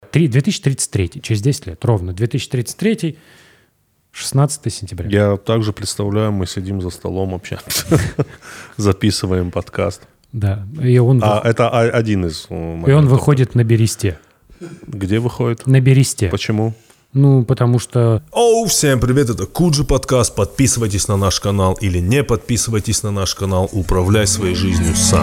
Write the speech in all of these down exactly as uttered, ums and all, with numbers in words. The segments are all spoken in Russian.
две тысячи тридцать третий, через десять лет, ровно. две тысячи тридцать третий, шестнадцатое сентября. Я также представляю, мы сидим за столом, общаемся, записываем подкаст. Да. И он, а вы... это один из моментов. И он выходит на бересте. Где выходит? На бересте. Почему? Ну, потому что... Оу, всем привет, это Куджи подкаст. Подписывайтесь на наш канал или не подписывайтесь на наш канал. Управляй своей жизнью сам.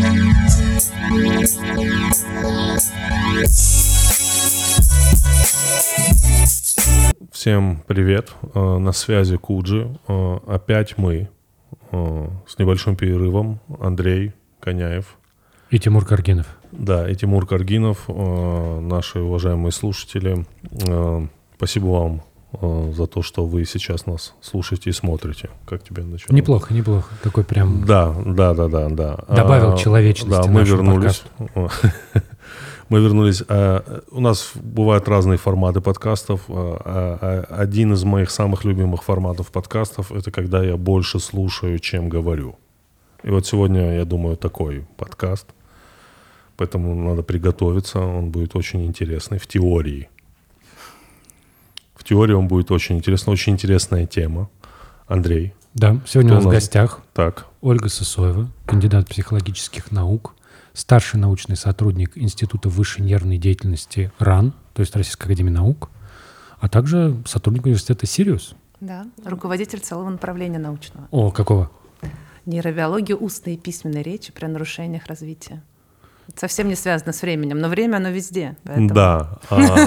Всем привет. На связи Куджи. Опять мы с небольшим перерывом. Андрей Коняев. И Тимур Каргинов. Да, и Тимур Каргинов, наши уважаемые слушатели. Спасибо вам за то, что вы сейчас нас слушаете и смотрите. Как тебе начало? Неплохо, неплохо. Такой прям... Да, да, да, да. да. Добавил а, человечности. Да, мы вернулись. Мы вернулись. У нас бывают разные форматы подкастов. Один из моих самых любимых форматов подкастов — это когда я больше слушаю, чем говорю. И вот сегодня, я думаю, такой подкаст. Поэтому надо приготовиться. Он будет очень интересный в теории. В теории он будет очень интересный. Очень интересная тема. Андрей. Да, сегодня у нас в гостях так. Ольга Сысоева, кандидат психологических наук, старший научный сотрудник Института высшей нервной деятельности РАН, то есть Российской академии наук, а также сотрудник университета Сириус. Да, руководитель целого направления научного. О, какого? Нейробиология устной и письменной речи при нарушениях развития. Это совсем не связано с временем, но время, оно везде. Поэтому... Да.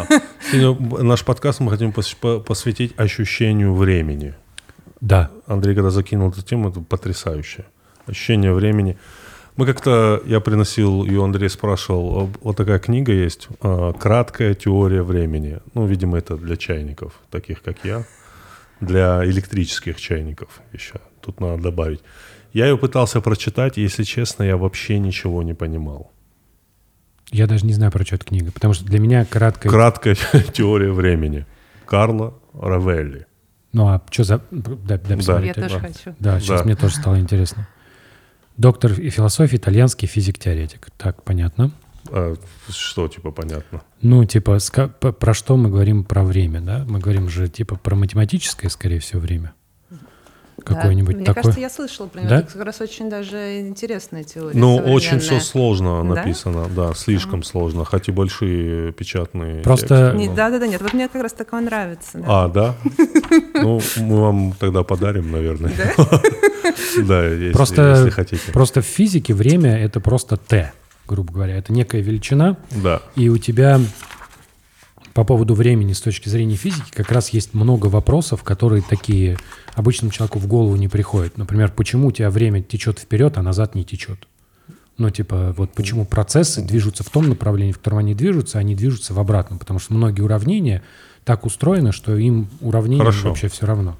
Наш подкаст мы хотим посвятить ощущению времени. Да. Андрей, когда закинул эту тему, это потрясающе. Ощущение времени. Мы как-то, я приносил, ее Андрей спрашивал, вот такая книга есть, «Краткая теория времени». Ну, видимо, это для чайников, таких как я, для электрических чайников еще. Тут надо добавить. Я ее пытался прочитать, и, если честно, я вообще ничего не понимал. Я даже не знаю, про что эта книга, потому что для меня краткая... «Краткая теория времени». Карло Равелли. Ну, а что за... Да, да, да. Я тоже да. хочу. Да, сейчас да. мне тоже стало интересно. Доктор философии, итальянский физик-теоретик. Так, понятно. А, что, типа, понятно? Ну, типа, ска- про что мы говорим про время, да? Мы говорим же, типа, про математическое, скорее всего, время. Какое-нибудь да. Мне такое. кажется, я слышала про него. Да? Это как раз очень даже интересная теория. Ну, очень все сложно написано, да, да слишком а. сложно, хоть и большие печатные Просто... тексты. Но... Да-да-да, нет, вот мне как раз такое нравится. Да. А, да? Ну, мы вам тогда подарим, наверное. Да, если хотите. Просто в физике время — это просто Т, грубо говоря. Это некая величина. Да. И у тебя... По поводу времени с точки зрения физики как раз есть много вопросов, которые такие обычному человеку в голову не приходят. Например, почему у тебя время течет вперед, а назад не течет? Ну, типа, вот почему процессы движутся в том направлении, в котором они движутся, а они движутся в обратном. Потому что многие уравнения так устроены, что им уравнение Хорошо. Вообще все равно.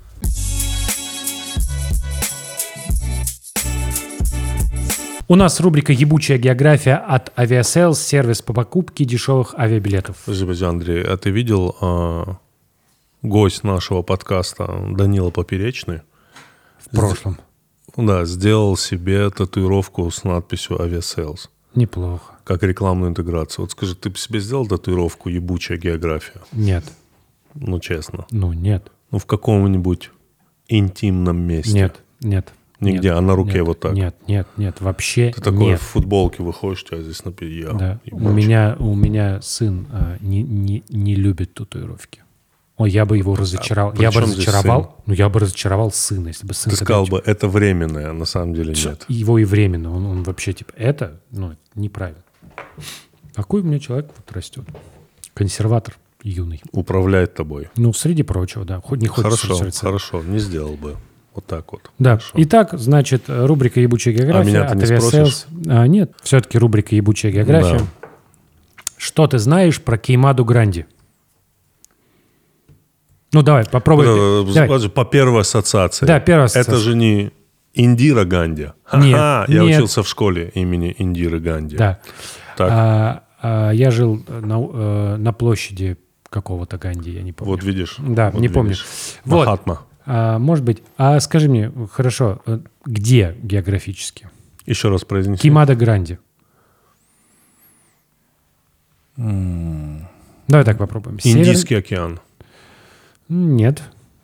У нас рубрика «Ебучая география» от Aviasales, сервис по покупке дешевых авиабилетов. Подожди, подожди, Андрей, а ты видел а, гость нашего подкаста Данила Поперечный? В прошлом. С... Да, сделал себе татуировку с надписью Aviasales. Неплохо. Как рекламную интеграцию. Вот скажи, ты бы себе сделал татуировку «Ебучая география»? Нет. Ну, честно. Ну, нет. Ну, в каком-нибудь интимном месте? Нет, нет. Нигде, нет, а на руке нет, вот так? Нет, нет, нет, вообще Ты такой нет. в футболке выходишь, у тебя здесь написано. Да. У меня, у меня сын а, не, не, не любит татуировки. Ой, я бы его разочаровал. А я бы разочаровал, ну я бы разочаровал сына, если бы сын... Ты сказал бы, это временное, а на самом деле нет. Его и временно. Он, он вообще типа, это, ну, неправильно. Какой у меня человек вот растет? Консерватор юный. Управляет тобой. Ну, среди прочего, да. Хоть не хочется. Хорошо, хорошо, не сделал бы. Вот так вот. Да. Хорошо. Итак, значит, рубрика «Ебучая география» а меня ты от не Aviasales. А, нет, все-таки рубрика «Ебучая география». Да. Что ты знаешь про Кеймаду Гранди? Ну, давай, попробуй. Это, давай. По первой ассоциации. Да, первая ассоциация. Это же не Индира Ганди. Нет, Ха-ха, я нет. учился в школе имени Индиры Ганди. Да. Так. А, а, я жил на, на площади какого-то Ганди, я не помню. Вот видишь. Да, вот не видишь. помню. Махатма. Вот. А, может быть. А скажи мне, хорошо, где географически? Еще раз произнеси. Кеймада Гранди. М-м- Давай так попробуем. Индийский Север... океан. Нет.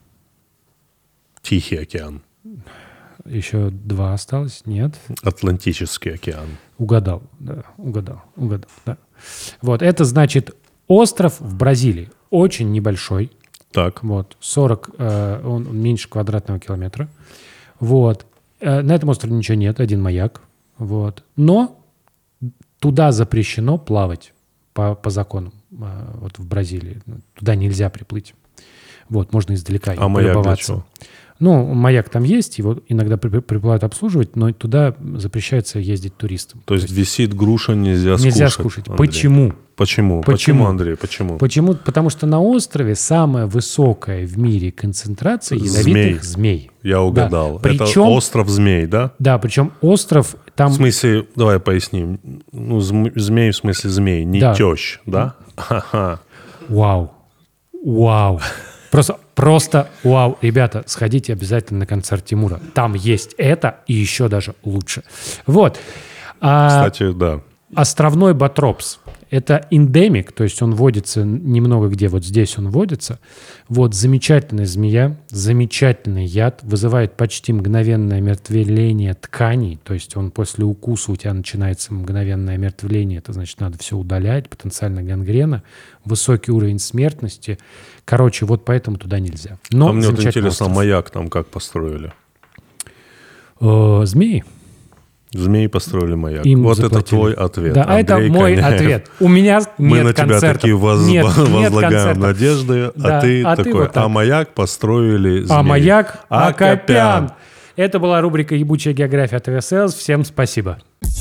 Тихий океан. Еще два осталось. Нет. Атлантический океан. Угадал. Да, угадал. Угадал. Да. Вот. Это значит остров в Бразилии. Очень небольшой. Так. Вот. сорок, э, он меньше квадратного километра. Вот. Э, на этом острове ничего нет. Один маяк. Вот. Но туда запрещено плавать по, по закону. Э, вот в Бразилии. Туда нельзя приплыть. Вот. Можно издалека а маяк для чего? Ну, маяк там есть, его иногда приплывают обслуживать, но туда запрещается ездить туристам. То есть, То есть висит груша, нельзя, нельзя скушать. скушать. Почему? Почему? Почему, Андрей? Почему? Почему? Потому что на острове самая высокая в мире концентрация ядовитых змей. змей. Я угадал. Да. Причем, это остров змей, да? Да, причем остров там... В смысле, давай поясним. Ну, змей в смысле змей, не да. тещ, да? Ха-ха. Вау. Вау. Просто, просто вау. Ребята, сходите обязательно на концерт Тимура. Там есть это и еще даже лучше. Вот. Кстати, а, да. Островной батропс. Это эндемик, то есть он водится немного где, вот здесь он водится. Вот замечательная змея, замечательный яд, вызывает почти мгновенное омертвление тканей, то есть он после укуса у тебя начинается мгновенное омертвление, это значит, надо все удалять, потенциально гангрена, высокий уровень смертности. Короче, вот поэтому туда нельзя. Но а мне вот интересно, остров. Маяк там как построили? Э, змеи. Змеи построили маяк. Им вот заплатили. Это твой ответ. Да, а это мой Коняев. Ответ. У меня Мы нет на тебя концертов. такие воз... нет, возлагаем нет надежды, да, а ты а такой, ты вот а маяк построили змеи. А маяк Акопян. Акопян. Это была рубрика «Ебучая география» от ТВСЛ. Всем спасибо.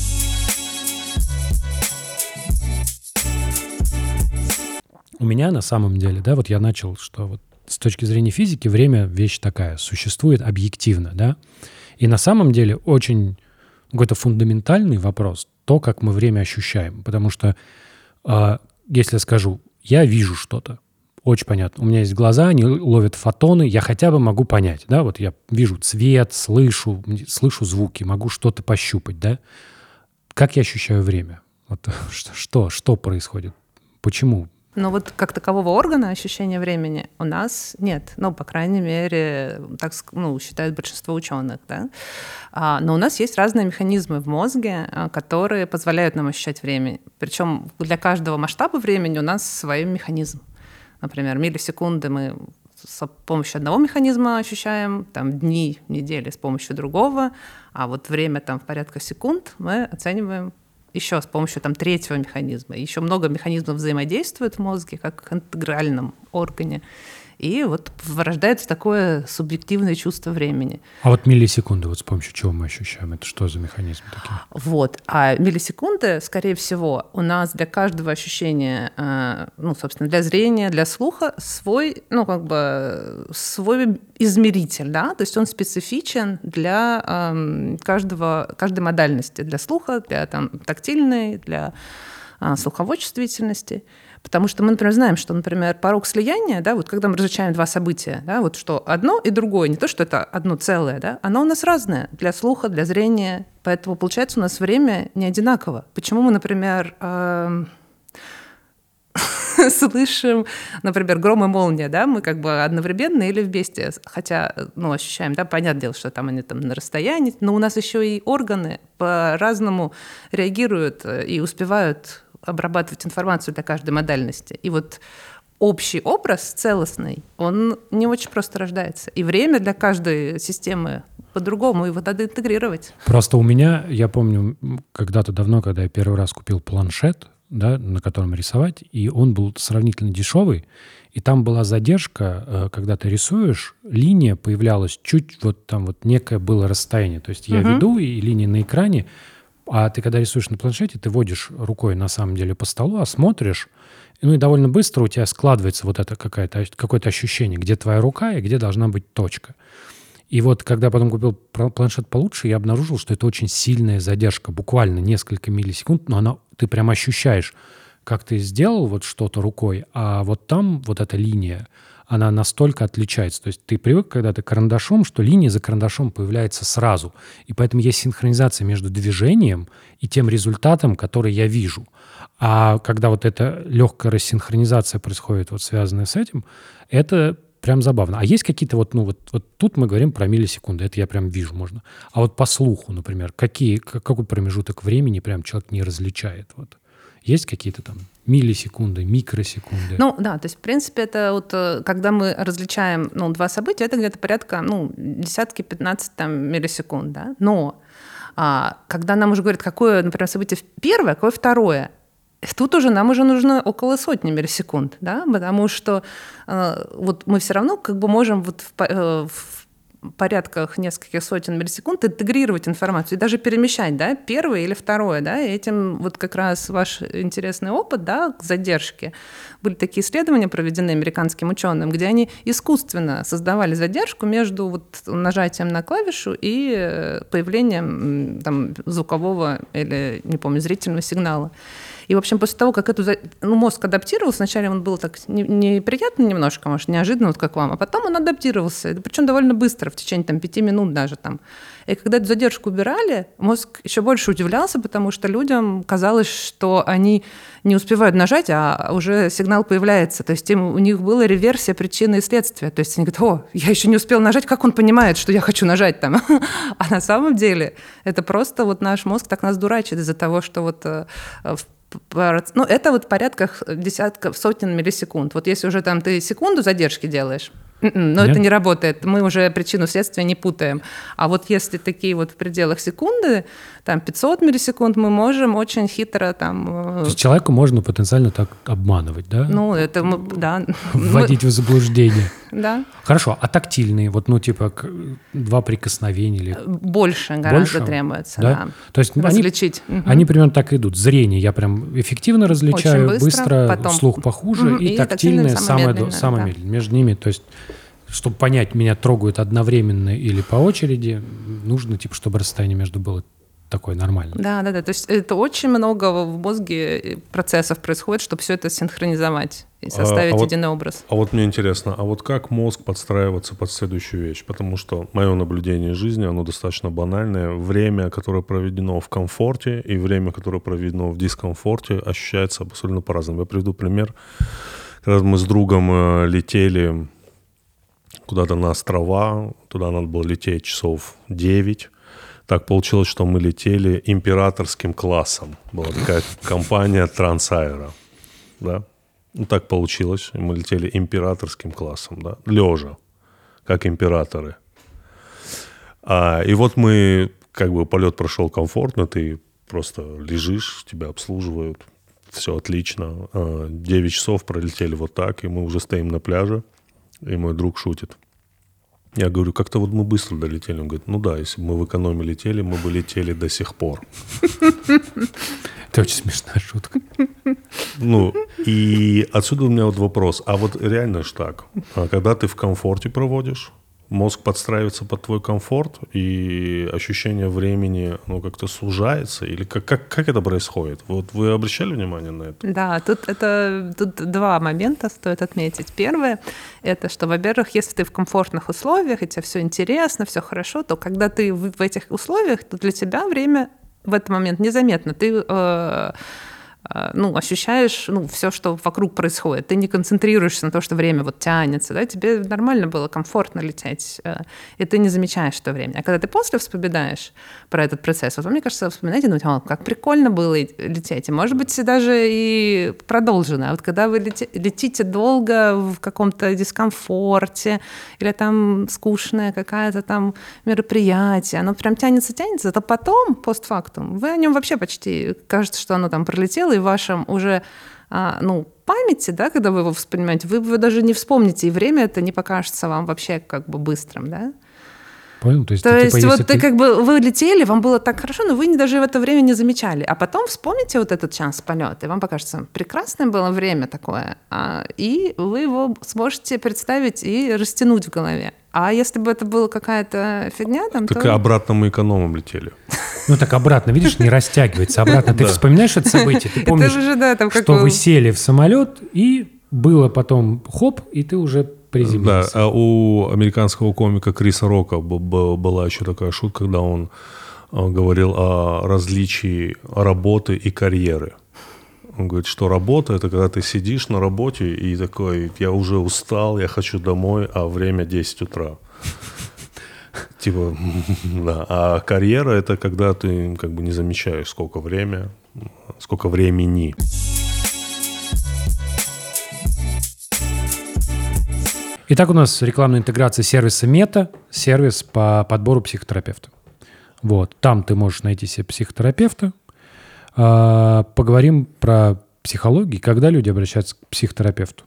У меня на самом деле, да, вот я начал, что вот с точки зрения физики время вещь такая, существует объективно, да, и на самом деле очень какой-то фундаментальный вопрос, то, как мы время ощущаем, потому что, э, если я скажу, я вижу что-то, очень понятно, у меня есть глаза, они ловят фотоны, я хотя бы могу понять, да, вот я вижу цвет, слышу, слышу звуки, могу что-то пощупать, да, как я ощущаю время, вот что, что, что происходит, почему? Но вот как такового органа ощущения времени у нас нет. Ну, по крайней мере, так ну, считают большинство ученых. Да? А, но у нас есть разные механизмы в мозге, которые позволяют нам ощущать время. Причем для каждого масштаба времени у нас свой механизм. Например, миллисекунды мы с помощью одного механизма ощущаем, там, дни, недели с помощью другого, а вот время там, в порядка секунд мы оцениваем еще с помощью там, третьего механизма. Еще много механизмов взаимодействует в мозге, как в интегральном органе. И вот вырождается такое субъективное чувство времени. А вот миллисекунды, вот с помощью чего мы ощущаем? Это что за механизм такие? Вот. А миллисекунды, скорее всего, у нас для каждого ощущения, ну, собственно, для зрения, для слуха свой, ну, как бы, свой измеритель, да, то есть он специфичен для э, каждого, каждой модальности, для слуха, для там, тактильной, для э, слуховой чувствительности. Потому что мы, например, знаем, что, например, порог слияния, да, вот когда мы различаем два события, да, вот что одно и другое, не то, что это одно целое, да, оно у нас разное для слуха, для зрения, поэтому, получается, у нас время не одинаково. Почему мы, например, э- слышим, например, гром и молния, да, мы как бы одновременно или вместе, хотя, ну, ощущаем, да, понятное дело, что там они там на расстоянии, но у нас еще и органы по-разному реагируют и успевают обрабатывать информацию для каждой модальности. И вот общий образ целостный, он не очень просто рождается. И время для каждой системы по-другому, его надо интегрировать. Просто у меня, я помню, когда-то давно, когда я первый раз купил планшет, да, на котором рисовать, и он был сравнительно дешевый, и там была задержка, когда ты рисуешь, линия появлялась чуть, вот там вот некое было расстояние. То есть я угу. веду, и линия на экране, а ты, когда рисуешь на планшете, ты водишь рукой, на самом деле, по столу, а смотришь, ну и довольно быстро у тебя складывается вот это какое-то, какое-то ощущение, где твоя рука и где должна быть точка. И вот, когда потом купил планшет получше, я обнаружил, что это очень сильная задержка, буквально несколько миллисекунд, но она, ты прям ощущаешь, как ты сделал вот что-то рукой, а вот там вот эта линия, она настолько отличается. То есть ты привык когда-то к карандашом, что линия за карандашом появляется сразу. И поэтому есть синхронизация между движением и тем результатом, который я вижу. А когда вот эта легкая рассинхронизация происходит, вот связанная с этим, это прям забавно. А есть какие-то вот, ну вот, вот тут мы говорим про миллисекунды, это я прям вижу можно. А вот по слуху, например, какие, какой промежуток времени прям человек не различает? Вот. Есть какие-то там миллисекунды, микросекунды? Ну да, то есть в принципе это вот, когда мы различаем ну, два события, это где-то порядка ну, десятки-пятнадцать там, миллисекунд, да? Но а, когда нам уже говорят, какое, например, событие первое, какое второе, тут уже нам уже нужно около сотни миллисекунд, да, потому что э, вот мы все равно как бы можем вот в, э, в порядках нескольких сотен миллисекунд интегрировать информацию и даже перемещать, да, первое или второе, да, и этим вот как раз ваш интересный опыт, да, задержки. Были такие исследования проведены американским ученым, где они искусственно создавали задержку между вот нажатием на клавишу и появлением там звукового или, не помню, зрительного сигнала. И, в общем, после того, как эту, ну, мозг адаптировался, сначала он был так неприятно немножко, может, неожиданно, вот как вам, а потом он адаптировался, причем довольно быстро, в течение там, пяти минут даже там. И когда эту задержку убирали, мозг еще больше удивлялся, потому что людям казалось, что они не успевают нажать, а уже сигнал появляется. То есть им, у них была реверсия причины и следствия. То есть они говорят, о, я еще не успел нажать, как он понимает, что я хочу нажать там? А на самом деле это просто вот наш мозг так нас дурачит из-за того, что вот в ну, это вот в порядках десятков, сотен миллисекунд. Вот если уже там ты секунду задержки делаешь, но Нет. это не работает, мы уже причину следствия не путаем. А вот если такие вот в пределах секунды, там пятьсот миллисекунд, мы можем очень хитро там... То есть человеку можно потенциально так обманывать, да? Ну, это мы, да. Вводить мы... в заблуждение. Да. Хорошо, а тактильные, вот, ну, типа, два прикосновения или... Больше гораздо Больше? требуется, да. да. То есть различить. Они, угу. они примерно так идут. Зрение я прям эффективно различаю, очень быстро, быстро потом... слух похуже, угу. и, и тактильное самое медленное. Самое да. медленное. Между ними, то есть, чтобы понять, меня трогают одновременно или по очереди, нужно, типа, чтобы расстояние между было такое нормальное. Да, да, да. То есть это очень много в мозге процессов происходит, чтобы все это синхронизовать и составить а, а единый вот, образ. А вот мне интересно, а вот как мозг подстраиваться под следующую вещь? Потому что мое наблюдение жизни, оно достаточно банальное. Время, которое проведено в комфорте, и время, которое проведено в дискомфорте, ощущается абсолютно по-разному. Я приведу пример. Когда мы с другом летели куда-то на острова, туда надо было лететь часов девять. Так получилось, что мы летели императорским классом. Была такая компания Трансаэро. Да? Ну, так получилось. Мы летели императорским классом, да? Лежа, как императоры. А, и вот мы, как бы полет прошел комфортно, ты просто лежишь, тебя обслуживают, все отлично. девять часов пролетели вот так, и мы уже стоим на пляже, и мой друг шутит. Я говорю, как-то вот мы быстро долетели. Он говорит, ну да, если бы мы в экономе летели, мы бы летели до сих пор. Это очень смешная шутка. Ну, и отсюда у меня вот вопрос. А вот реально ж так. Когда ты в комфорте проводишь, мозг подстраивается под твой комфорт, и ощущение времени, ну, как-то сужается? Или как, как, как это происходит? Вот вы обращали внимание на это? Да, тут, это, тут два момента стоит отметить. Первое, это что, во-первых, если ты в комфортных условиях, и тебе все интересно, все хорошо, то когда ты в, в этих условиях, то для тебя время в этот момент незаметно. Ты... Э, ну, ощущаешь ну, все, что вокруг происходит. Ты не концентрируешься на то, что время вот тянется. Да? Тебе нормально было, комфортно лететь. И ты не замечаешь то время. А когда ты после вспоминаешь про этот процесс, вот мне кажется, вспоминать и думать, о, как прикольно было лететь. И, может быть, даже и продолжено. А вот когда вы лети- летите долго в каком-то дискомфорте или там скучное какое-то там мероприятие, оно прям тянется-тянется, то потом, постфактум, вы о нем вообще почти, кажется, что оно там пролетело, и в вашем уже ну, памяти, да, когда вы его вспоминаете, вы его даже не вспомните, и время это не покажется вам вообще как бы быстрым, да? Понял? То есть, То ты, есть типа, вот ты... ты как бы, вы летели, вам было так хорошо, но вы даже в это время не замечали. А потом вспомните вот этот час полета, и вам покажется, прекрасное было время такое, и вы его сможете представить и растянуть в голове. А если бы это была какая-то фигня, там, так то... и обратно мы экономом летели. Ну так обратно, видишь, не растягивается. Обратно ты вспоминаешь это событие, ты помнишь, что вы сели в самолет, и было потом хоп, и ты уже приземлился. Да, а у американского комика Криса Рока б- б- была еще такая шутка, когда он э, говорил о различии работы и карьеры. Он говорит, что работа — это когда ты сидишь на работе и такой, я уже устал, я хочу домой, а время десять утра. Типа, да. А карьера — это когда ты как бы не замечаешь, сколько время, сколько времени. Итак, у нас рекламная интеграция сервиса Мета, сервис по подбору психотерапевта. Вот, там ты можешь найти себе психотерапевта. А, поговорим про психологию, когда люди обращаются к психотерапевту.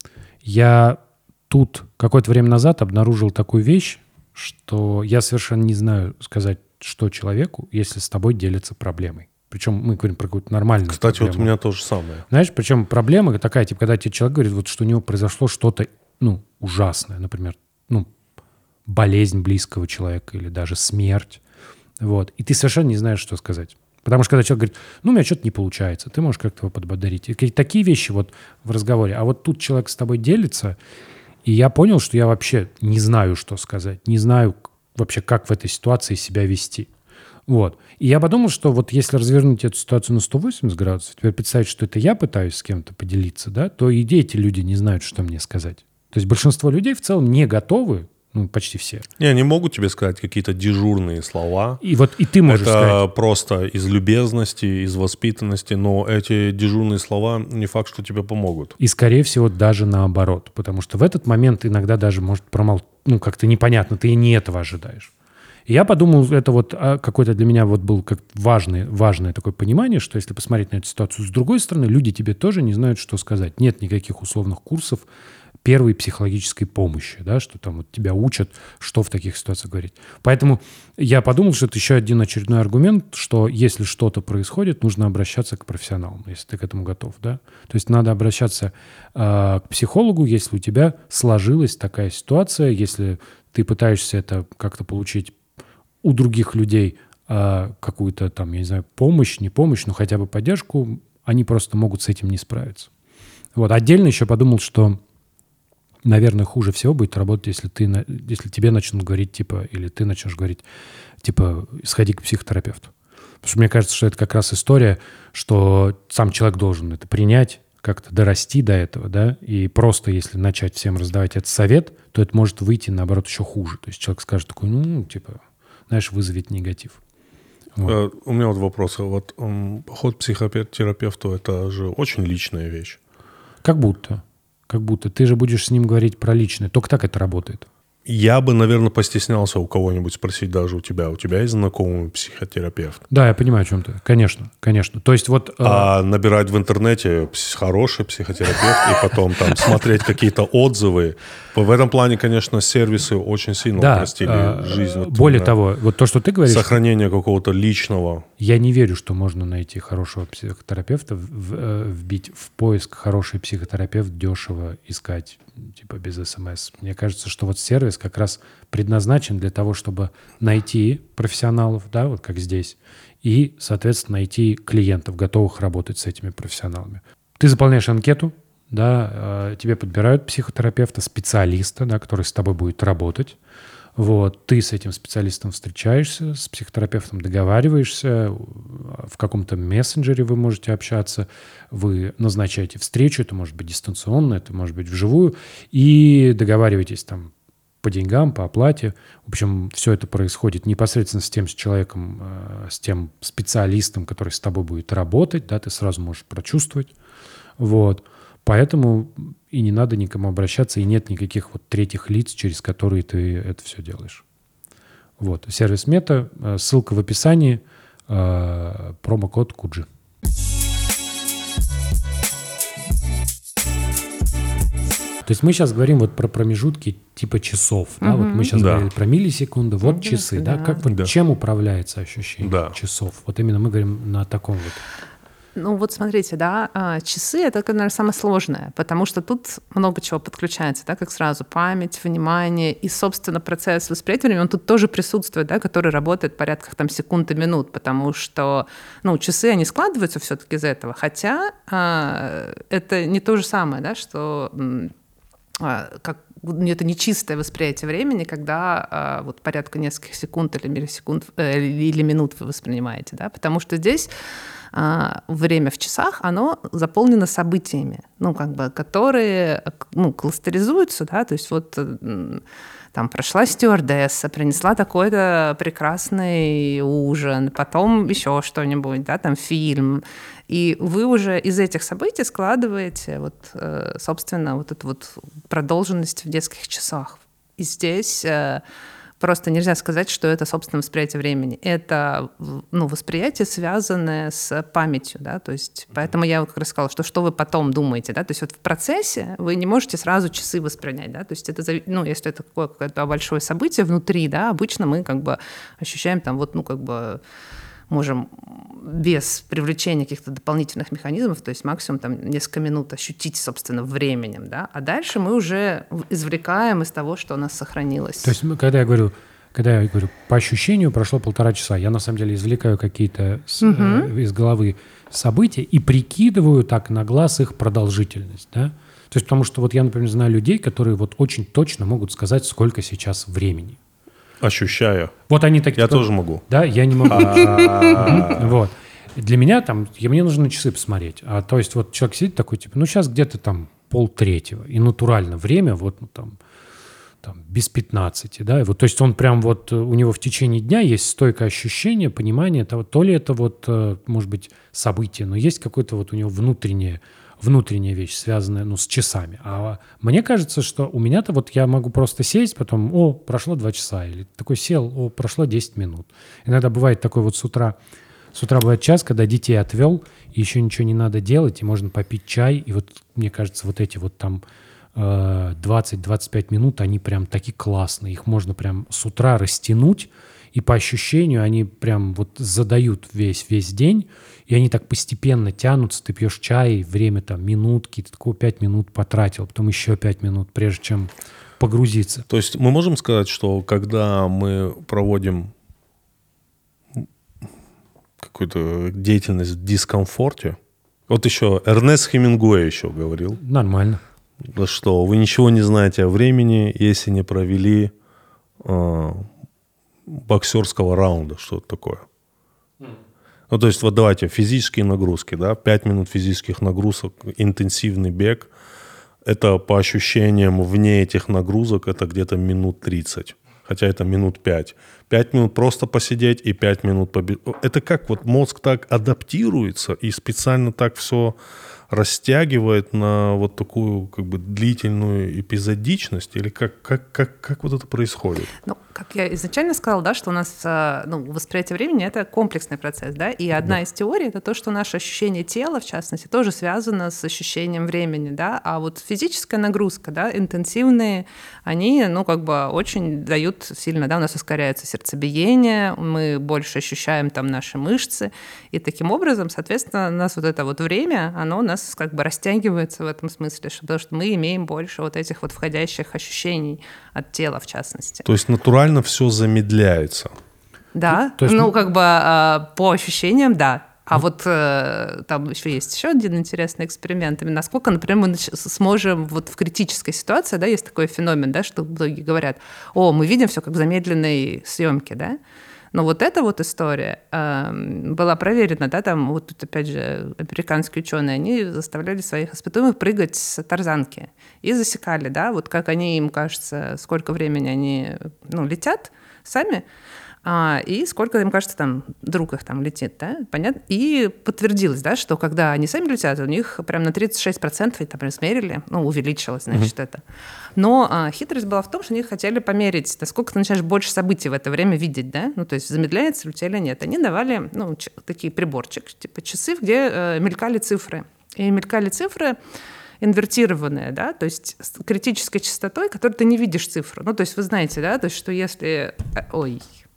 Я тут какое-то время назад обнаружил такую вещь, что я совершенно не знаю сказать, что человеку, если с тобой делится проблемой. Причем мы говорим про какую-то нормальную Кстати, проблему. вот у меня то же самое. Знаешь, причем проблема такая, типа, когда тебе человек говорит, вот, что у него произошло что-то, ну, ужасное, например, ну, болезнь близкого человека или даже смерть, вот, и ты совершенно не знаешь, что сказать. Потому что когда человек говорит, ну, у меня что-то не получается, ты можешь как-то его подбодрить. И такие вещи вот в разговоре. А вот тут человек с тобой делится, и я понял, что я вообще не знаю, что сказать, не знаю вообще, как в этой ситуации себя вести. Вот. И я подумал, что вот если развернуть эту ситуацию на сто восемьдесят градусов, теперь представить, что это я пытаюсь с кем-то поделиться, да, то и эти люди не знают, что мне сказать. То есть большинство людей в целом не готовы, ну, почти все. Не, они могут тебе сказать какие-то дежурные слова. И вот и ты можешь Это сказать. просто из любезности, из воспитанности, но эти дежурные слова не факт, что тебе помогут. И, скорее всего, даже наоборот. Потому что в этот момент иногда даже может промолчать, ну, как-то непонятно, ты и не этого ожидаешь. И я подумал, это вот какой-то для меня вот был как важный, важное такое понимание, что если посмотреть на эту ситуацию с другой стороны, люди тебе тоже не знают, что сказать. Нет никаких условных курсов первой психологической помощи, да, что там вот тебя учат, что в таких ситуациях говорить. Поэтому я подумал, что это еще один очередной аргумент, что если что-то происходит, нужно обращаться к профессионалам, если ты к этому готов, да. То есть надо обращаться э, к психологу, если у тебя сложилась такая ситуация, если ты пытаешься это как-то получить у других людей э, какую-то там, я не знаю, помощь, не помощь, но хотя бы поддержку, они просто могут с этим не справиться. Вот. Отдельно еще подумал, что наверное, хуже всего будет работать, если, ты, если тебе начнут говорить, типа, или ты начнешь говорить, типа, сходи к психотерапевту. Потому что мне кажется, что это как раз история, что сам человек должен это принять, как-то дорасти до этого, да, и просто если начать всем раздавать этот совет, то это может выйти, наоборот, еще хуже. То есть человек скажет такой, ну, типа, знаешь, вызовет негатив. Вот. У меня вот вопрос. Вот um, поход к психотерапевту – это же очень личная вещь. Как будто. Как будто. Ты же будешь с ним говорить про личное. Только так это работает. Я бы, наверное, постеснялся у кого-нибудь спросить даже у тебя. У тебя есть знакомый психотерапевт? Да, я понимаю, о чем ты. Конечно, конечно. То есть вот... А э... набирать в интернете хороший психотерапевт и потом там смотреть какие-то отзывы. В этом плане, конечно, сервисы очень сильно да, упростили э... жизнь. Вот, более того, вот то, что ты говоришь... Сохранение какого-то личного. Я не верю, что можно найти хорошего психотерапевта, в, вбить в поиск хороший психотерапевт, дешево искать, типа без смс. Мне кажется, что вот сервис как раз предназначен для того, чтобы найти профессионалов, да, вот как здесь, и, соответственно, найти клиентов, готовых работать с этими профессионалами. Ты заполняешь анкету, да, тебе подбирают психотерапевта, специалиста, да, который с тобой будет работать. Вот, ты с этим специалистом встречаешься, с психотерапевтом договариваешься, в каком-то мессенджере вы можете общаться, вы назначаете встречу, это может быть дистанционно, это может быть вживую, и договариваетесь там по деньгам, по оплате. В общем, все это происходит непосредственно с тем с человеком, с тем специалистом, который с тобой будет работать, да, ты сразу можешь прочувствовать. Вот. Поэтому и не надо никому обращаться, и нет никаких вот третьих лиц, через которые ты это все делаешь. Вот. Сервис Мета, ссылка в описании, промокод Куджи. То есть мы сейчас говорим вот про промежутки типа часов. Да? Угу. Вот мы сейчас да. говорили про миллисекунды, вот угу, часы. да. Да? Как вот да. чем управляется ощущение да. часов? Вот именно мы говорим на таком вот. Ну вот смотрите, да, часы — это, наверное, самое сложное, потому что тут много чего подключается, да, как сразу память, внимание и, собственно, процесс восприятия времени, он тут тоже присутствует, да, который работает в порядках там секунд и минут, потому что, ну, часы, они складываются все-таки из этого, хотя а, это не то же самое, да, что а, как это не чистое восприятие времени, когда а, вот порядка нескольких секунд или миллисекунд э, или минут вы воспринимаете, да, потому что здесь а, время в часах, оно заполнено событиями, ну, как бы, которые, ну, кластеризуются, да, то есть вот там прошла стюардесса, принесла такой-то прекрасный ужин, потом еще что-нибудь, да, там фильм. И вы уже из этих событий складываете, вот, собственно, вот эту вот продолженность в нескольких часах. И здесь просто нельзя сказать, что это, собственно, восприятие времени. Это, ну, восприятие, связанное с памятью, да, то есть поэтому я как раз сказала, что что вы потом думаете, да, то есть вот в процессе вы не можете сразу часы воспринять, да, то есть это, ну, если это какое- какое-то большое событие внутри, да, обычно мы как бы ощущаем там вот, ну, как бы можем без привлечения каких-то дополнительных механизмов, то есть максимум там несколько минут ощутить, собственно, временем, да, а дальше мы уже извлекаем из того, что у нас сохранилось. То есть, когда я говорю, когда я говорю, по ощущению прошло полтора часа, я на самом деле извлекаю какие-то с, угу. э, из головы события и прикидываю так на глаз их продолжительность, да. То есть, потому что вот я, например, знаю людей, которые вот очень точно могут сказать, сколько сейчас времени. Ощущаю. Вот они такие. Я тоже могу. Да, я не могу. Вот. Для меня там, мне нужно часы посмотреть. А то есть вот человек сидит такой, типа, ну сейчас где-то там полтретьего. И натурально время вот ну, там, там без пятнадцати, да. И вот, то есть он прям вот, у него в течение дня есть стойкое ощущение, понимание того, то ли это вот, может быть, событие, но есть какое-то вот у него внутреннее, внутренняя вещь, связанная, ну, с часами. А мне кажется, что у меня-то вот я могу просто сесть, потом, о, прошло два часа, или такой сел, о, прошло десять минут. Иногда бывает такой вот с утра, с утра бывает час, когда детей отвел, и еще ничего не надо делать, и можно попить чай, и вот, мне кажется, вот эти вот там двадцать-двадцать пять минут, они прям такие классные, их можно прям с утра растянуть, и по ощущению они прям вот задают весь, весь день, и они так постепенно тянутся, ты пьешь чай, время там минутки, ты такого пять минут потратил, потом еще пять минут, прежде чем погрузиться. То есть мы можем сказать, что когда мы проводим какую-то деятельность в дискомфорте, вот еще Эрнест Хемингуэй еще говорил. Нормально. Что вы ничего не знаете о времени, если не провели э, боксерского раунда, что-то такое. Ну, то есть, вот давайте, физические нагрузки, да, пять минут физических нагрузок, интенсивный бег, это по ощущениям вне этих нагрузок, это где-то минут тридцать, хотя это минут пять. пять минут просто посидеть и пять минут побегать. Это как вот мозг так адаптируется и специально так все растягивает на вот такую как бы длительную эпизодичность, или как, как, как, как вот это происходит? Ну, как я изначально сказала, да, что у нас ну, восприятие времени — это комплексный процесс, да, и одна да. из теорий — это то, что наше ощущение тела, в частности, тоже связано с ощущением времени, да, а вот физическая нагрузка, да, интенсивные, они, ну, как бы очень дают сильно, да, у нас ускоряется сердцебиение, мы больше ощущаем там наши мышцы, и таким образом, соответственно, у нас вот это вот время, оно у нас как бы растягивается в этом смысле, потому что мы имеем больше вот этих вот входящих ощущений от тела, в частности. То есть натурально все замедляется. Да, То есть... ну как бы по ощущениям, да. А вот э, там еще есть еще один интересный эксперимент. Именно насколько, например, мы сможем вот в критической ситуации, да, есть такой феномен, да, что многие говорят, о, мы видим все как в замедленной съемке, да. Но вот эта вот история э, была проверена, да, там вот тут опять же американские ученые, они заставляли своих испытуемых прыгать с тарзанки и засекали, да, вот как они, им кажется, сколько времени они, ну, летят сами, а, и сколько им кажется, там, друг их там летит, да, понятно? И подтвердилось, да, что когда они сами летят, у них прям на тридцать шесть процентов, и там измерили, ну, увеличилось, значит, mm-hmm. это. Но а, хитрость была в том, что они хотели померить, насколько ты начинаешь больше событий в это время видеть, да, ну, то есть замедляется ли у тебя или нет. Они давали, ну, ч- такие приборчик, типа часы, где э, мелькали цифры. И мелькали цифры инвертированные, да, то есть с критической частотой, которой ты не видишь цифру. Ну, то есть вы знаете, да, то есть что если... Ой...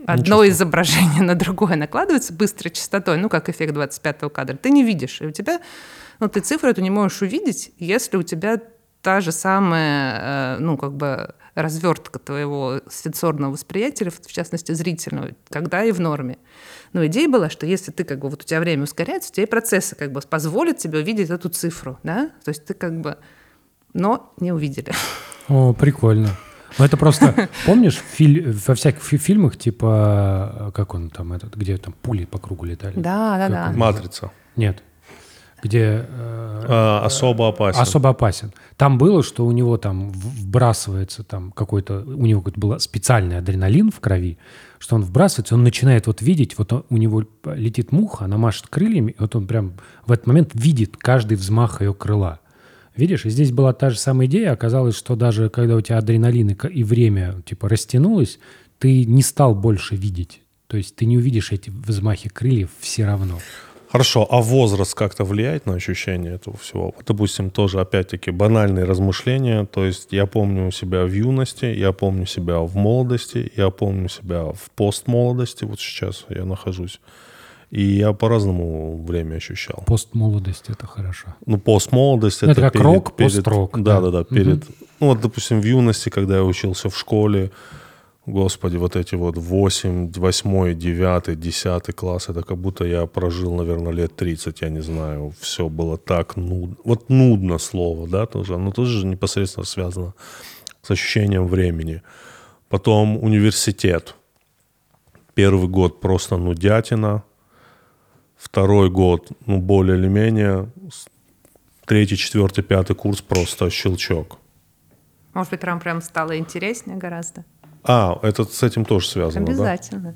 одно изображение на другое накладывается быстрой частотой, ну, как эффект двадцать пятого кадра, ты не видишь. И у тебя, ну, ты цифру эту не можешь увидеть, если у тебя та же самая, ну, как бы развертка твоего сенсорного восприятия, в частности, зрительного, когда и в норме. Но идея была, что если ты, как бы, вот у тебя время ускоряется, у тебя и процессы, как бы, позволят тебе увидеть эту цифру, да? То есть ты, как бы, но не увидели. О, прикольно. Ну, это просто, помнишь, филь, во всяких фи- фильмах, типа, как он там, этот, где там пули по кругу летали? Да, да, да. «Матрица». Нет. Где... Э, А, особо опасен. Особо опасен. Там было, что у него там вбрасывается там какой-то... У него какой-то был специальный адреналин в крови, что он вбрасывается, он начинает вот видеть, вот он, у него летит муха, она машет крыльями, и вот он прям в этот момент видит каждый взмах ее крыла. Видишь, и здесь была та же самая идея. Оказалось, что даже когда у тебя адреналин и, и время типа растянулось, ты не стал больше видеть. То есть ты не увидишь эти взмахи крыльев все равно. Хорошо, а возраст как-то влияет на ощущение этого всего? Вот, допустим, тоже, опять-таки, банальные размышления. То есть я помню себя в юности, я помню себя в молодости, я помню себя в постмолодости. Вот сейчас я нахожусь. И я по-разному время ощущал. Постмолодость — это хорошо. Ну, постмолодость — это, это как перед, рок, перед, пост-рок. Да, да, да, да. Перед, угу. Ну, вот, допустим, в юности, когда я учился в школе, господи, вот эти вот восемь, восьмой, девятый, десятый класс, это как будто я прожил, наверное, лет тридцать, я не знаю. Все было так нудно. Вот нудно слово, да, тоже. Оно тоже непосредственно связано с ощущением времени. Потом университет. Первый год просто нудятина. Второй год, ну, более или менее. Третий, четвертый, пятый курс просто щелчок. Может быть, прям, прям стало интереснее гораздо? А, это с этим тоже связано, обязательно.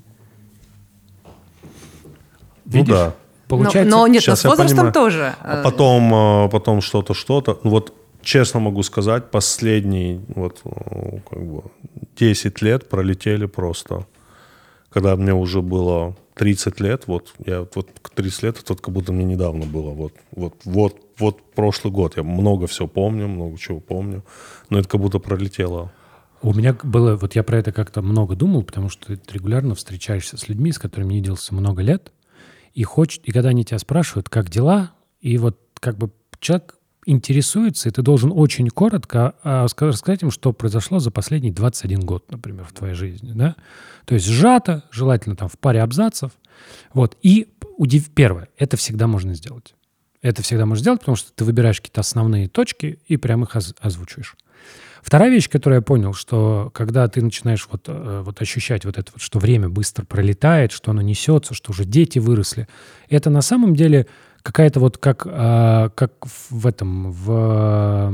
Да? Видишь? Ну да. Получается, но, но нет, но с я возрастом понимаю. тоже. А потом, потом что-то, что-то. Вот честно могу сказать, последние вот, как бы десять лет пролетели просто. Когда мне уже было тридцать лет, вот я вот тридцать лет, это вот как будто мне недавно было. Вот, вот, вот, вот прошлый год. Я много всего помню, много чего помню. Но это как будто пролетело. У меня было, вот я про это как-то много думал, потому что ты регулярно встречаешься с людьми, с которыми не виделся много лет, и хочет, и когда они тебя спрашивают, как дела, и вот как бы человек интересуется, и ты должен очень коротко а, рассказать им, что произошло за последний двадцать один год, например, в твоей жизни, да? То есть сжато, желательно там в паре абзацев. Вот. И удив... первое, это всегда можно сделать. Это всегда можно сделать, потому что ты выбираешь какие-то основные точки и прямо их оз... озвучиваешь. Вторая вещь, которую я понял, что когда ты начинаешь вот, вот ощущать вот это, вот, что время быстро пролетает, что оно несется, что уже дети выросли, это на самом деле какая-то вот как, как в этом, в,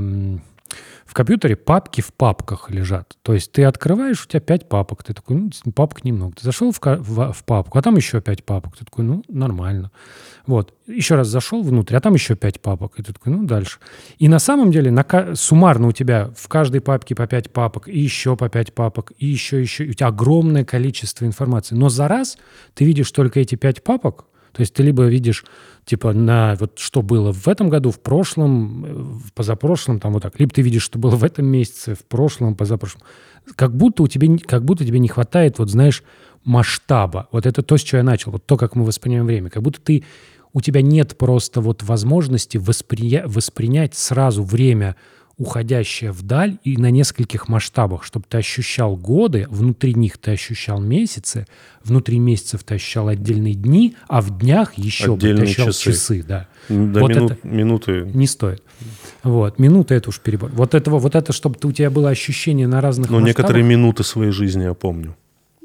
в компьютере папки в папках лежат. То есть ты открываешь, у тебя пять папок, ты такой, ну, папок немного. Ты зашел в, в, в папку, а там еще пять папок. Ты такой, ну, нормально. Вот. Еще раз зашел внутрь, а там еще пять папок. И ты такой, ну, дальше. И на самом деле на, суммарно у тебя в каждой папке по пять папок, и еще по пять папок, и еще, еще. И у тебя огромное количество информации. Но за раз ты видишь только эти пять папок. То есть ты либо видишь, типа, на вот что было в этом году, в прошлом, в позапрошлом, там вот так. Либо ты видишь, что было в этом месяце, в прошлом, позапрошлом. Как будто у тебя, как будто тебе не хватает, вот знаешь, масштаба. Вот это то, с чего я начал. Вот то, как мы воспринимаем время. Как будто ты... У тебя нет просто вот возможности восприя... воспринять сразу время, уходящее вдаль и на нескольких масштабах, чтобы ты ощущал годы, внутри них ты ощущал месяцы, внутри месяцев ты ощущал отдельные дни, а в днях еще бы ты ощущал часы. часы да. Да, вот минут, это минуты. Не стоит. Вот. Минуты — это уж перебор. Вот, этого, вот это, чтобы у тебя было ощущение на разных Но масштабах. некоторые минуты своей жизни я помню.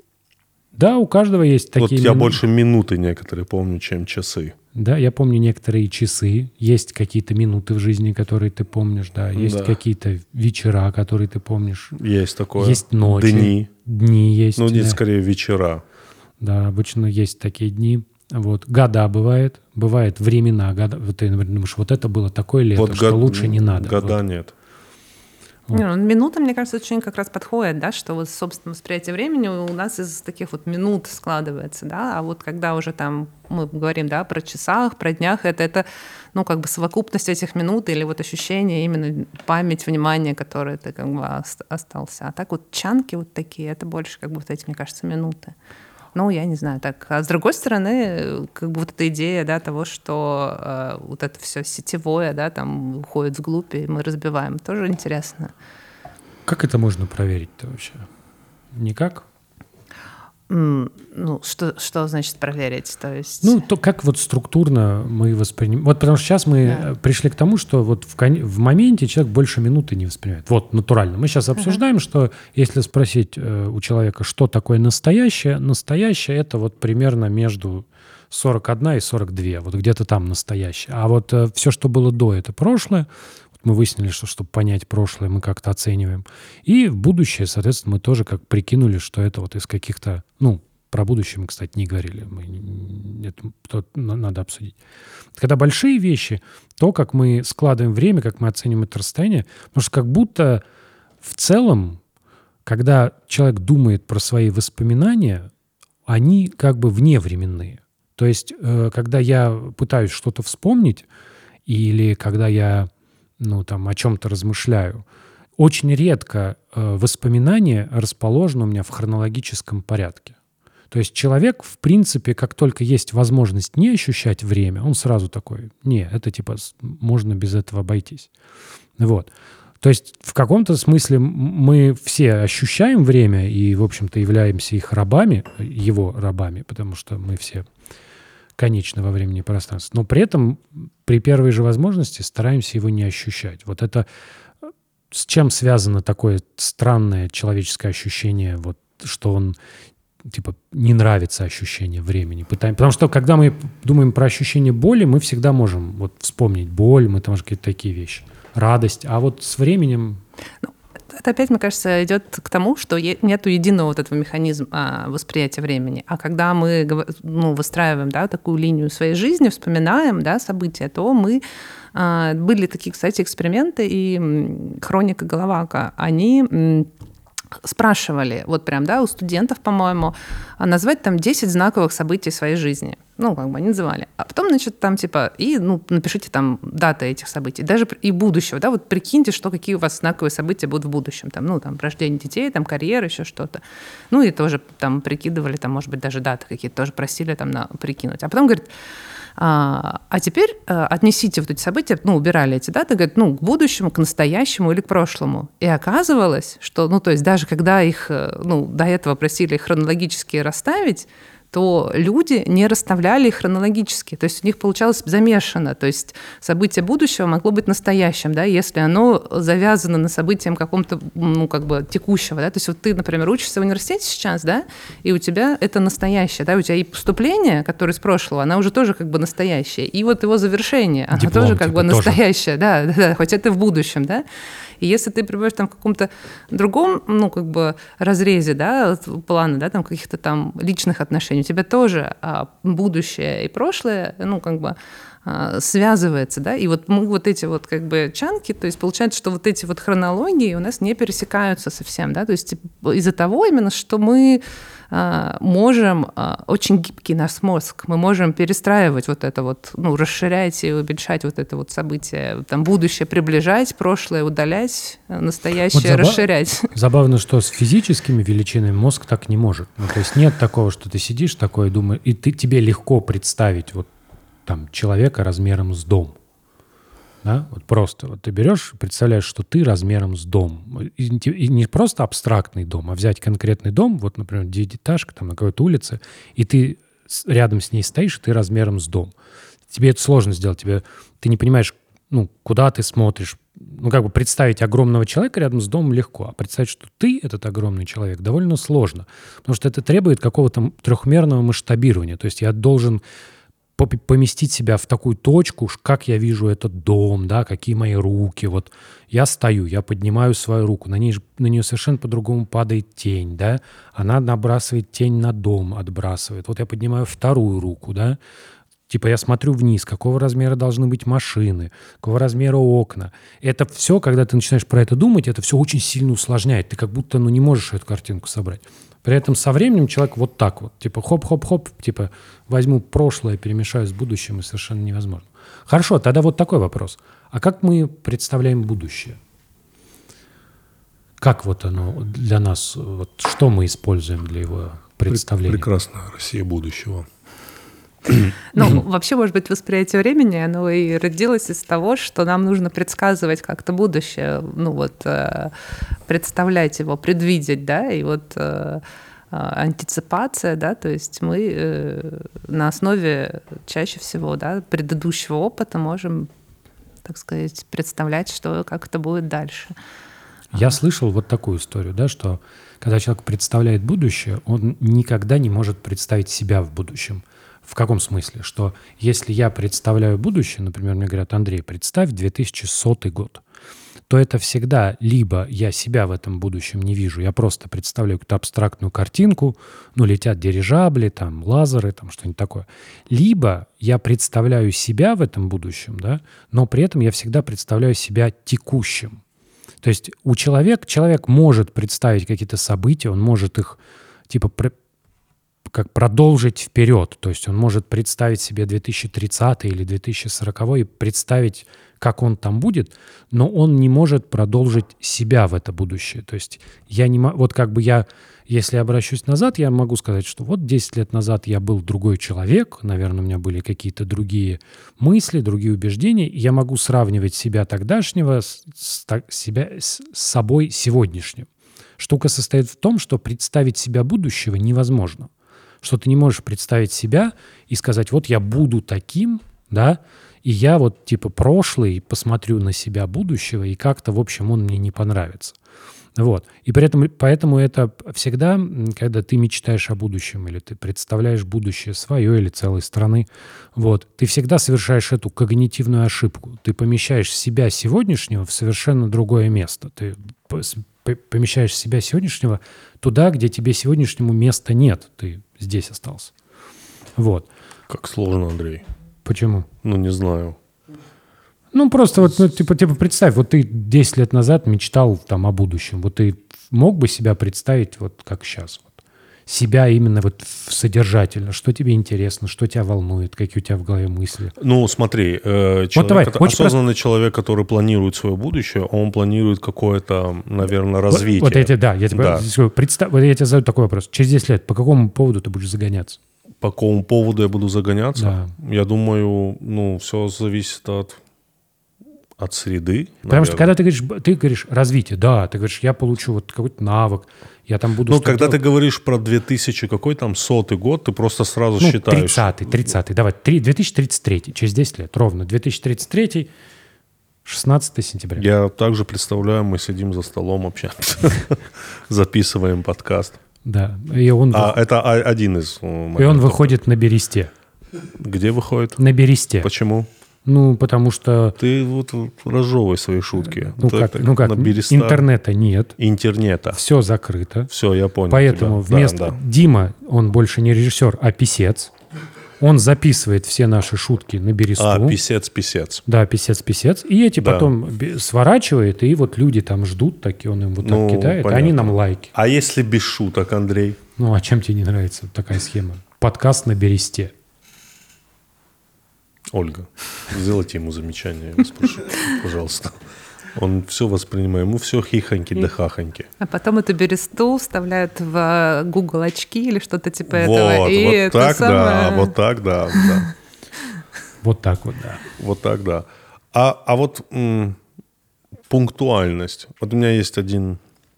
Да, у каждого есть такие Вот минуты. я больше минуты некоторые помню, чем часы. Да, я помню некоторые часы. Есть какие-то минуты в жизни, которые ты помнишь, да. Есть да. какие-то вечера, которые ты помнишь. Есть такое. Есть ночи. Дни. Дни есть. Ну, нет, да. скорее вечера. Да, обычно есть такие дни. Вот. Года бывает. Бывает времена. Года. Вот ты, например, думаешь, вот это было такое лето, вот что год, лучше не надо. Года вот. нет. Вот. Не, ну, минута, мне кажется, очень как раз подходит, да, что вот собственное восприятие времени у нас из таких вот минут складывается, да, а вот когда уже там мы говорим, да, про часах, про днях, это, это, ну, как бы совокупность этих минут или вот ощущение, именно память, внимание, которое ты как бы остался. А так вот чанки вот такие, это больше как бы вот эти, мне кажется, минуты. Ну, я не знаю, так. А с другой стороны, как бы вот эта идея, да, того, что э, вот это все сетевое, да, там уходит вглубь, и мы разбиваем, тоже интересно. Как это можно проверить-то вообще? Никак? Mm, ну, что, что значит проверить? То есть... Ну, то как вот структурно мы воспринимаем. Вот потому что сейчас мы да. пришли к тому, что вот в, кон... в моменте человек больше минуты не воспринимает. Вот, натурально. Мы сейчас обсуждаем, uh-huh. что если спросить э, у человека, что такое настоящее, настоящее это вот примерно между сорок одна и сорок две. Вот где-то там настоящее. А вот э, все, что было до, это прошлое. Мы выяснили, что чтобы понять прошлое, мы как-то оцениваем. И в будущее, соответственно, мы тоже как прикинули, что это вот из каких-то... Ну, про будущее мы, кстати, не говорили. Мы, это надо обсудить. Когда большие вещи, то, как мы складываем время, как мы оцениваем это расстояние, потому что как будто в целом, когда человек думает про свои воспоминания, они как бы вневременные. То есть, когда я пытаюсь что-то вспомнить, или когда я... ну, там, о чем-то размышляю. Очень редко э, воспоминания расположены у меня в хронологическом порядке. То есть человек, в принципе, как только есть возможность не ощущать время, он сразу такой, не, это типа можно без этого обойтись. Вот. То есть в каком-то смысле мы все ощущаем время и, в общем-то, являемся их рабами, его рабами, потому что мы все... конечно во времени и пространстве. Но при этом при первой же возможности стараемся его не ощущать. Вот это с чем связано такое странное человеческое ощущение, вот, что он типа не нравится ощущение времени. Пытаем, потому что когда мы думаем про ощущение боли, мы всегда можем вот вспомнить боль, мы там какие-то такие вещи, радость. А вот с временем... Это опять, мне кажется, идет к тому, что нет единого вот этого механизма а, восприятия времени. А когда мы ну, выстраиваем да, такую линию своей жизни, вспоминаем да, события, то мы... А, были такие, кстати, эксперименты, и «Хроника Головака», они... спрашивали, вот прям, да, у студентов, по-моему, назвать там десять знаковых событий своей жизни. Ну, как бы они называли. А потом, значит, там типа, и, ну, напишите там даты этих событий, даже и будущего, да, вот прикиньте, что какие у вас знаковые события будут в будущем, там, ну, там, рождение детей, там, карьера, еще что-то. Ну, и тоже там прикидывали, там, может быть, даже даты какие-то тоже просили там на, прикинуть. А потом, говорит, А, а теперь а, отнесите вот эти события, ну, убирали эти даты, говорят, ну, к будущему, к настоящему или к прошлому. И оказывалось, что, ну, то есть даже когда их, ну, до этого просили хронологически расставить, то люди не расставляли их хронологически. То есть у них получалось замешано. То есть событие будущего могло быть настоящим, да, если оно завязано на событием каком-то, ну, как бы текущего, да. То есть вот ты, например, учишься в университете сейчас, да, и у тебя это настоящее, да, у тебя и поступление, которое из прошлого, оно уже тоже как бы настоящее. И вот его завершение, оно диплом, тоже как типа, бы настоящее, да, да, да, хоть это в будущем, да. И если ты пребываешь там в каком-то другом, ну, как бы разрезе, да, плана, да, там каких-то там личных отношений, у тебя тоже а, будущее и прошлое, ну, как бы а, связывается, да, и вот мы вот эти вот как бы чанки, то есть получается, что вот эти вот хронологии у нас не пересекаются совсем, да, то есть из-за того именно, что мы а, можем, а, очень гибкий наш мозг, мы можем перестраивать вот это вот, ну, расширять и уменьшать вот это вот событие, там, будущее приближать, прошлое удалять, настоящее вот заба- расширять. Забавно, что с физическими величинами мозг так не может. Ну, то есть нет такого, что ты сидишь такое и думаешь, и ты, тебе легко представить вот там человека размером с дом. Да? Вот просто вот ты берешь, представляешь, что ты размером с дом. И, и не просто абстрактный дом, а взять конкретный дом, вот, например, девятиэтажка там на какой-то улице, и ты рядом с ней стоишь, и ты размером с дом. Тебе это сложно сделать. Тебе, ты не понимаешь, ну, куда ты смотришь. Ну, как бы представить огромного человека рядом с домом легко, а представить, что ты этот огромный человек, довольно сложно. Потому что это требует какого-то трехмерного масштабирования. То есть я должен поместить себя в такую точку, как я вижу этот дом, да, какие мои руки. Вот я стою, я поднимаю свою руку, на ней, на нее совершенно по-другому падает тень, да, она набрасывает тень на дом, отбрасывает. Вот я поднимаю вторую руку, да, типа я смотрю вниз, какого размера должны быть машины, какого размера окна. Это все, когда ты начинаешь про это думать, это все очень сильно усложняет. Ты как будто, ну, не можешь эту картинку собрать. При этом со временем человек вот так вот, типа хоп-хоп-хоп, типа возьму прошлое, перемешаю с будущим, и совершенно невозможно. Хорошо, тогда вот такой вопрос. А как мы представляем будущее? Как вот оно для нас, вот что мы используем для его представление. Прекрасная Россия будущего. Ну, вообще, может быть, восприятие времени, оно и родилось из того, что нам нужно предсказывать как-то будущее, ну вот, представлять его, предвидеть, да, и вот антиципация, да, то есть мы на основе чаще всего, да, предыдущего опыта можем, так сказать, представлять, что, как это будет дальше. Я слышал вот такую историю, да, что когда человек представляет будущее, он никогда не может представить себя в будущем. В каком смысле? Что если я представляю будущее, например, мне говорят: Андрей, представь две тысячи сотый год, то это всегда либо я себя в этом будущем не вижу, я просто представляю какую-то абстрактную картинку, ну, летят дирижабли, там, лазеры, там, что-нибудь такое. Либо я представляю себя в этом будущем, да, но при этом я всегда представляю себя текущим. То есть у человека, человек может представить какие-то события, он может их, типа, как продолжить вперед. То есть он может представить себе две тысячи тридцатый или две тысячи сороковой и представить, как он там будет, но он не может продолжить себя в это будущее. То есть я не могу, вот как бы я, если я обращусь назад, я могу сказать, что вот десять лет назад я был другой человек, наверное, у меня были какие-то другие мысли, другие убеждения, и я могу сравнивать себя тогдашнего с, с, себя, с собой сегодняшним. Штука состоит в том, что представить себя будущего невозможно. Что ты не можешь представить себя и сказать: вот я буду таким, да, и я вот типа прошлый посмотрю на себя будущего, и как-то, в общем, он мне не понравится. Вот. И при этом, поэтому это всегда, когда ты мечтаешь о будущем, или ты представляешь будущее свое или целой страны, вот, ты всегда совершаешь эту когнитивную ошибку. Ты помещаешь себя сегодняшнего в совершенно другое место. Ты помещаешь себя сегодняшнего туда, где тебе сегодняшнему места нет. Ты здесь остался. Вот. Как сложно, Андрей. Почему? Ну, не знаю. Ну, просто вот, ну, типа, типа, представь, вот ты десять лет назад мечтал там о будущем. Вот ты мог бы себя представить вот как сейчас? Вот. Себя именно вот содержательно. Что тебе интересно, что тебя волнует, какие у тебя в голове мысли? Ну, смотри, э, человек, вот давай, осознанный просто... человек, который планирует свое будущее, он планирует какое-то, наверное, развитие. Вот, вот эти, да, я тебе, да. Представь, вот я тебе задаю такой вопрос. Через десять лет по какому поводу ты будешь загоняться? По какому поводу я буду загоняться? Да. Я думаю, ну, все зависит от... От среды. Потому наверное. Что когда ты говоришь, ты говоришь развитие, да, ты говоришь, я получу вот какой-то навык, я там буду... Ну, когда делать. Ты говоришь про две тысячи, какой там сотый год, ты просто сразу ну, считаешь... тридцатый, тридцатый, давай, две тысячи тридцать третий, через десять лет, ровно, две тысячи тридцать третий, шестнадцатое сентября. Я также представляю, мы сидим за столом, общаемся, записываем подкаст. Да, и он... А это один из моментов. И он выходит на Бересте. Где выходит? На Бересте. Почему? Ну, потому что... Ты вот разжевывай свои шутки. Ну, как, ну как, Береста... интернета нет. Интернета. Все закрыто. Все, я понял. Поэтому тебя. вместо... Да, да. Дима, он больше не режиссер, а писец. Он записывает все наши шутки на Бересту. А, писец-писец. Да, писец-писец. И эти да. потом сворачивает, и вот люди там ждут, так, и он им вот так ну, кидает, понятно. А они нам лайки. А если без шуток, Андрей? Ну, а чем тебе не нравится такая схема? Подкаст на Бересте. Ольга, сделайте ему замечание, я вас прошу, пожалуйста. Он все воспринимает, ему все хихоньки да хахоньки. А потом эту бересту вставляют в Google очки или что-то типа вот, этого. И вот это так, самое... да, вот так, да, да. Вот так вот, да. Вот так, да. А, а вот м, пунктуальность. Вот у меня есть один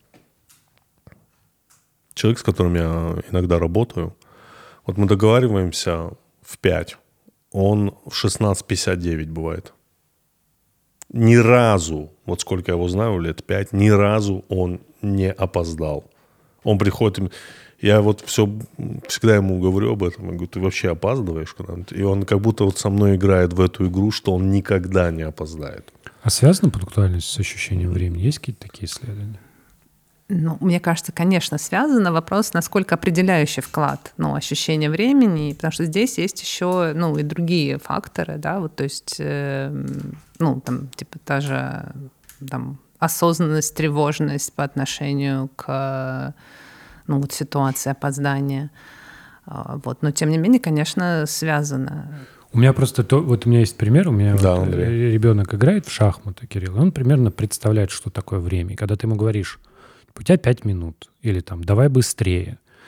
человек, с которым я иногда работаю. Вот мы договариваемся в пять. Он в шестнадцать пятьдесят девять бывает. Ни разу, вот сколько я его знаю, лет пять, ни разу он не опоздал. Он приходит, я вот все, всегда ему говорю об этом. Я говорю, ты вообще опаздываешь когда-нибудь? И он как будто вот со мной играет в эту игру, что он никогда не опоздает. А связана пунктуальность с ощущением времени? Есть какие-то такие исследования? Ну, мне кажется, конечно, связано. Вопрос, насколько определяющий вклад, ну, ощущение времени, потому что здесь есть еще, ну, и другие факторы, да, вот, то есть, э, ну, там, типа, та же, там, осознанность, тревожность по отношению к, ну, вот, ситуации опоздания, вот, но, тем не менее, конечно, связано. У меня просто, то, вот у меня есть пример, у меня да, вот ребенок играет в шахматы, Кирилл, и он примерно представляет, что такое время, и когда ты ему говоришь, у тебя пять минут, или там, давай быстрее.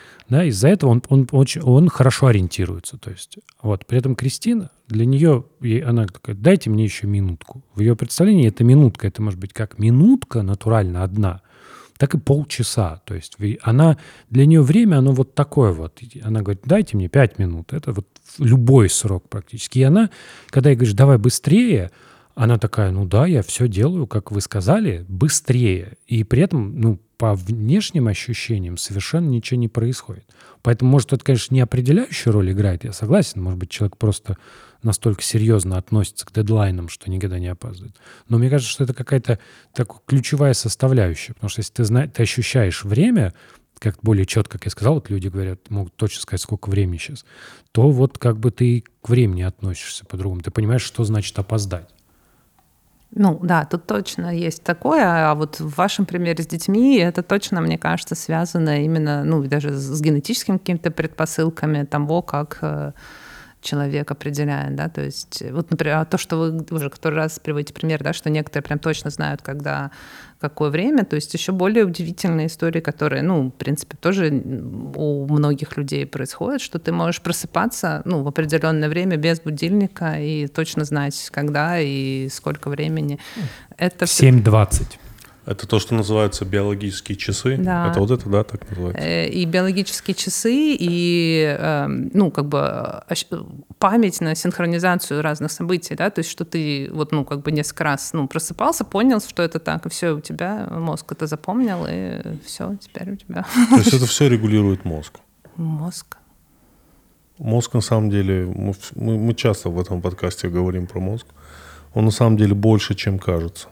Да, из-за этого он, он, очень, он хорошо ориентируется. То есть, вот. При этом Кристина, для нее, ей, она такая, дайте мне еще минутку. В ее представлении это минутка, это может быть как минутка натурально одна, так и полчаса. То есть она, для нее время, оно вот такое вот. Она говорит, дайте мне пять минут. Это вот любой срок практически. И она, когда ей говоришь, давай быстрее, она такая, ну да, я все делаю, как вы сказали, быстрее. И при этом, ну, по внешним ощущениям совершенно ничего не происходит. Поэтому, может, это, конечно, не определяющую роль играет, я согласен. Может быть, человек просто настолько серьезно относится к дедлайнам, что никогда не опаздывает. Но мне кажется, что это какая-то такая ключевая составляющая. Потому что если ты, знаешь, ты ощущаешь время, как более четко, как я сказал, вот люди говорят, могут точно сказать, сколько времени сейчас, то вот как бы ты к времени относишься по-другому. Ты понимаешь, что значит опоздать. Ну да, тут точно есть такое, а вот в вашем примере с детьми это точно, мне кажется, связано именно, ну, даже с генетическими какими-то предпосылками того, как э, человек определяет, да, то есть вот, например, то, что вы уже который раз приводите пример, да, что некоторые прям точно знают, когда, какое время, то есть еще более удивительные истории, которые, ну, в принципе, тоже у многих людей происходят, что ты можешь просыпаться, ну, в определенное время без будильника и точно знать, когда и сколько времени. Это семь двадцать. Это то, что называется биологические часы? Да. Это вот это, да, так называется? И биологические часы, и, э, ну, как бы память на синхронизацию разных событий, да, то есть что ты вот, ну, как бы несколько раз, ну, просыпался, понял, что это так, и все, у тебя мозг это запомнил, и все, теперь у тебя... То есть это все регулирует мозг? Мозг. Мозг, на самом деле, мы, мы, мы часто в этом подкасте говорим про мозг, он на самом деле больше, чем кажется.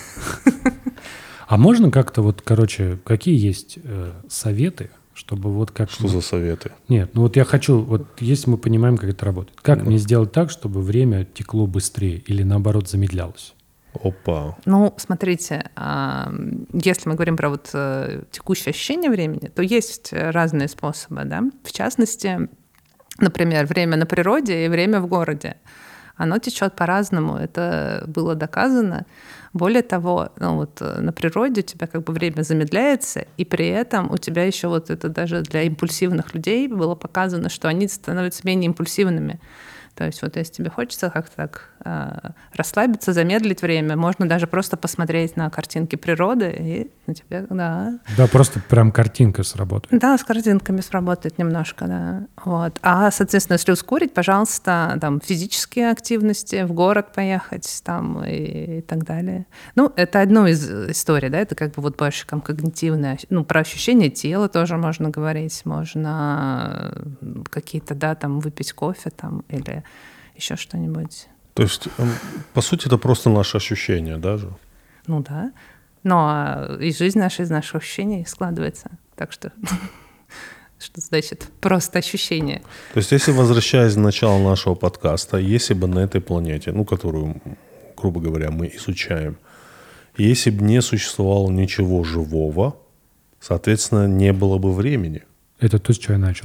А можно как-то вот, короче, какие есть э, советы, чтобы вот как... Что за советы? Нет, ну вот я хочу, вот если мы понимаем, как это работает, как Да. мне сделать так, чтобы время текло быстрее или наоборот замедлялось? Опа. Ну, смотрите, если мы говорим про вот текущее ощущение времени, то есть разные способы, да. В частности, например, время на природе и время в городе. Оно течет по-разному, это было доказано. Более того, ну вот на природе у тебя как бы время замедляется, и при этом у тебя еще вот это даже для импульсивных людей было показано, что они становятся менее импульсивными. То есть вот если тебе хочется как-то так э, расслабиться, замедлить время, можно даже просто посмотреть на картинки природы, и на тебе, да. Да, просто прям картинка сработает. Да, с картинками сработает немножко, да. Вот. А, соответственно, если ускорить, пожалуйста, там, физические активности, в город поехать там, и, и так далее. Ну, это одно из историй, да, это как бы вот больше как когнитивное, ну, про ощущение тела тоже можно говорить, можно какие-то, да, там, выпить кофе там, или еще что-нибудь. То есть, по сути, это просто наши ощущения, даже? Ну да. Но и жизнь наша из наших ощущений складывается. Так что, что значит просто ощущение? То есть, если возвращаясь к началу нашего подкаста, если бы на этой планете, ну, которую, грубо говоря, мы изучаем, если бы не существовало ничего живого, соответственно, не было бы времени. Это то, с чего я начал.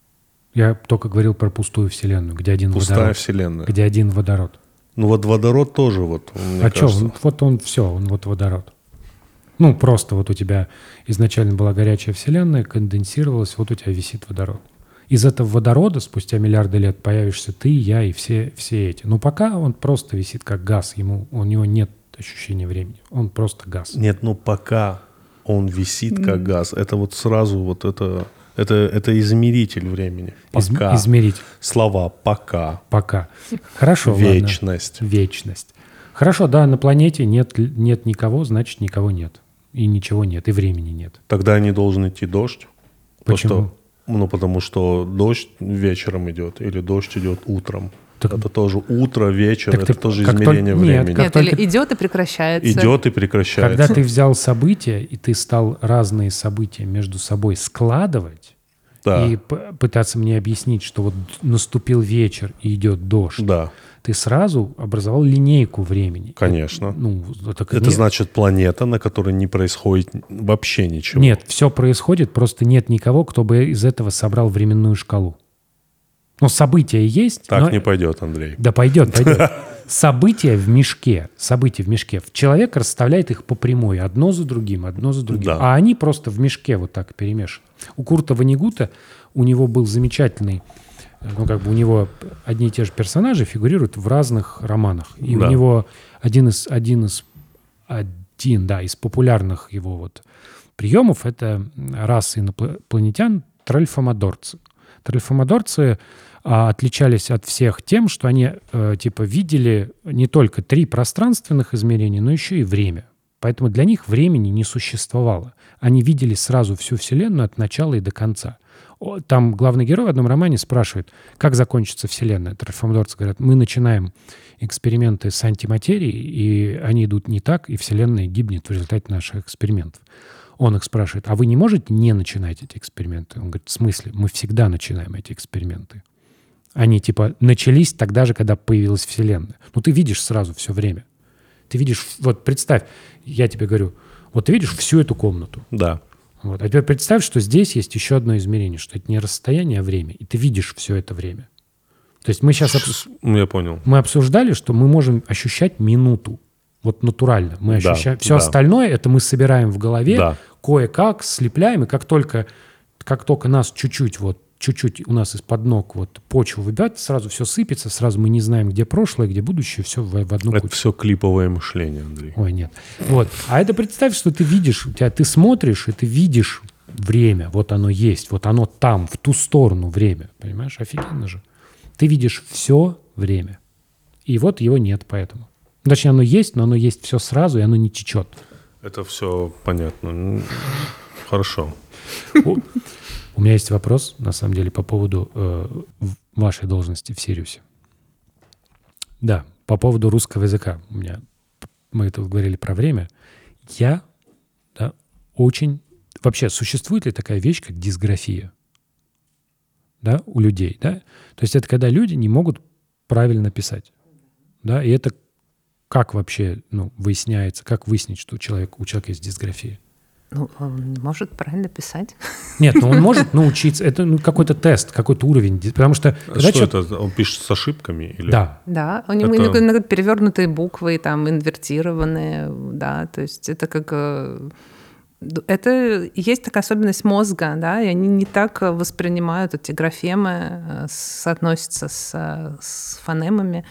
Я только говорил про пустую вселенную, где один Пустая водород. вселенная. Где один водород. Ну вот водород тоже вот, мне а кажется. что, вот он все, он вот водород. Ну, просто вот у тебя изначально была горячая вселенная, конденсировалась, вот у тебя висит водород. Из этого водорода спустя миллиарды лет появишься ты, я и все, все эти. Но пока он просто висит как газ, ему, у него нет ощущения времени, он просто газ. Нет, ну пока он висит как газ, это вот сразу вот это... Это, это измеритель времени. Пока. Из, измеритель. Слова «пока». Пока. Хорошо, Вечность. Ладно. Вечность. Хорошо, да, на планете нет, нет никого, значит, никого нет. И ничего нет, и времени нет. Тогда не должен идти дождь. Почему? То, что, ну, потому что дождь вечером идет, или дождь идет утром. Так, это тоже утро, вечер, так это ты, тоже как измерение только, времени. Нет, как Нет, только, или идет и прекращается. Идет и прекращается. Когда ты взял события, и ты стал разные события между собой складывать, да. и п- пытаться мне объяснить, что вот наступил вечер и идет дождь, Да. ты сразу образовал линейку времени. Конечно. Это, ну, это, это нет, значит планета, на которой не происходит вообще ничего. Нет, все происходит, просто нет никого, кто бы из этого собрал временную шкалу. Ну, события есть. Так но... не пойдет, Андрей. Да пойдет, пойдет. события в мешке, события в мешке. Человек расставляет их по прямой, одно за другим, одно за другим. Да. А они просто в мешке вот так перемешаны. У Курта Воннегута, у него был замечательный, ну, как бы у него одни и те же персонажи фигурируют в разных романах. И Да. у него один из, один из, один, да, из популярных его вот приемов — это раса инопланетян тральфомадорцы. Тральфомадорцы а, отличались от всех тем, что они э, типа видели не только три пространственных измерения, но еще и время. Поэтому для них времени не существовало. Они видели сразу всю Вселенную от начала и до конца. О, там главный герой в одном романе спрашивает, как закончится Вселенная. Тральфомадорцы говорят, мы начинаем эксперименты с антиматерией, и они идут не так, и Вселенная гибнет в результате наших экспериментов. Он их спрашивает, а вы не можете не начинать эти эксперименты? Он говорит, в смысле? Мы всегда начинаем эти эксперименты. Они типа начались тогда же, когда появилась Вселенная. Ну ты видишь сразу все время. Ты видишь, вот представь, я тебе говорю, вот ты видишь всю эту комнату. Да. Вот. А теперь представь, что здесь есть еще одно измерение, что это не расстояние, а время. И ты видишь все это время. То есть мы сейчас обс... Я понял. мы обсуждали, что мы можем ощущать минуту. Вот натурально. Мы Да, ощущаем. Все да. остальное это мы собираем в голове, Да. кое-как слепляем, и как только, как только нас чуть-чуть, вот, чуть-чуть у нас из-под ног вот, почва выбивает, сразу все сыпется, сразу мы не знаем, где прошлое, где будущее, все в, в одну Это кучу. все клиповое мышление, Андрей. Ой, нет. Вот. А это представь, что ты видишь, у тебя, ты смотришь, и ты видишь время. Вот оно есть, вот оно там, в ту сторону время. Понимаешь? Офигенно же. Ты видишь все время. И вот его нет поэтому. Точнее, оно есть, но оно есть все сразу, и оно не течет. Это все понятно. Ну, хорошо. У, у меня есть вопрос, на самом деле, по поводу э, вашей должности в Сириусе. Да, по поводу русского языка. У меня, мы тут говорили про время. Я да, очень... Вообще, существует ли такая вещь, как дисграфия? Да, у людей, да? То есть это когда люди не могут правильно писать. Да, и это как вообще ну, выясняется, как выяснить, что у человека, у человека есть дисграфия? Ну, он не может правильно писать. Нет, но он может научиться. Это ну, какой-то тест, какой-то уровень. Потому что... Что человек... это? Он пишет с ошибками? Или... Да. Да, у него Это- иногда, иногда перевернутые буквы, там, инвертированные, да, то есть это как... э, Это есть такая особенность мозга, да, и они не так воспринимают эти графемы, э, соотносятся с, э, с фонемами.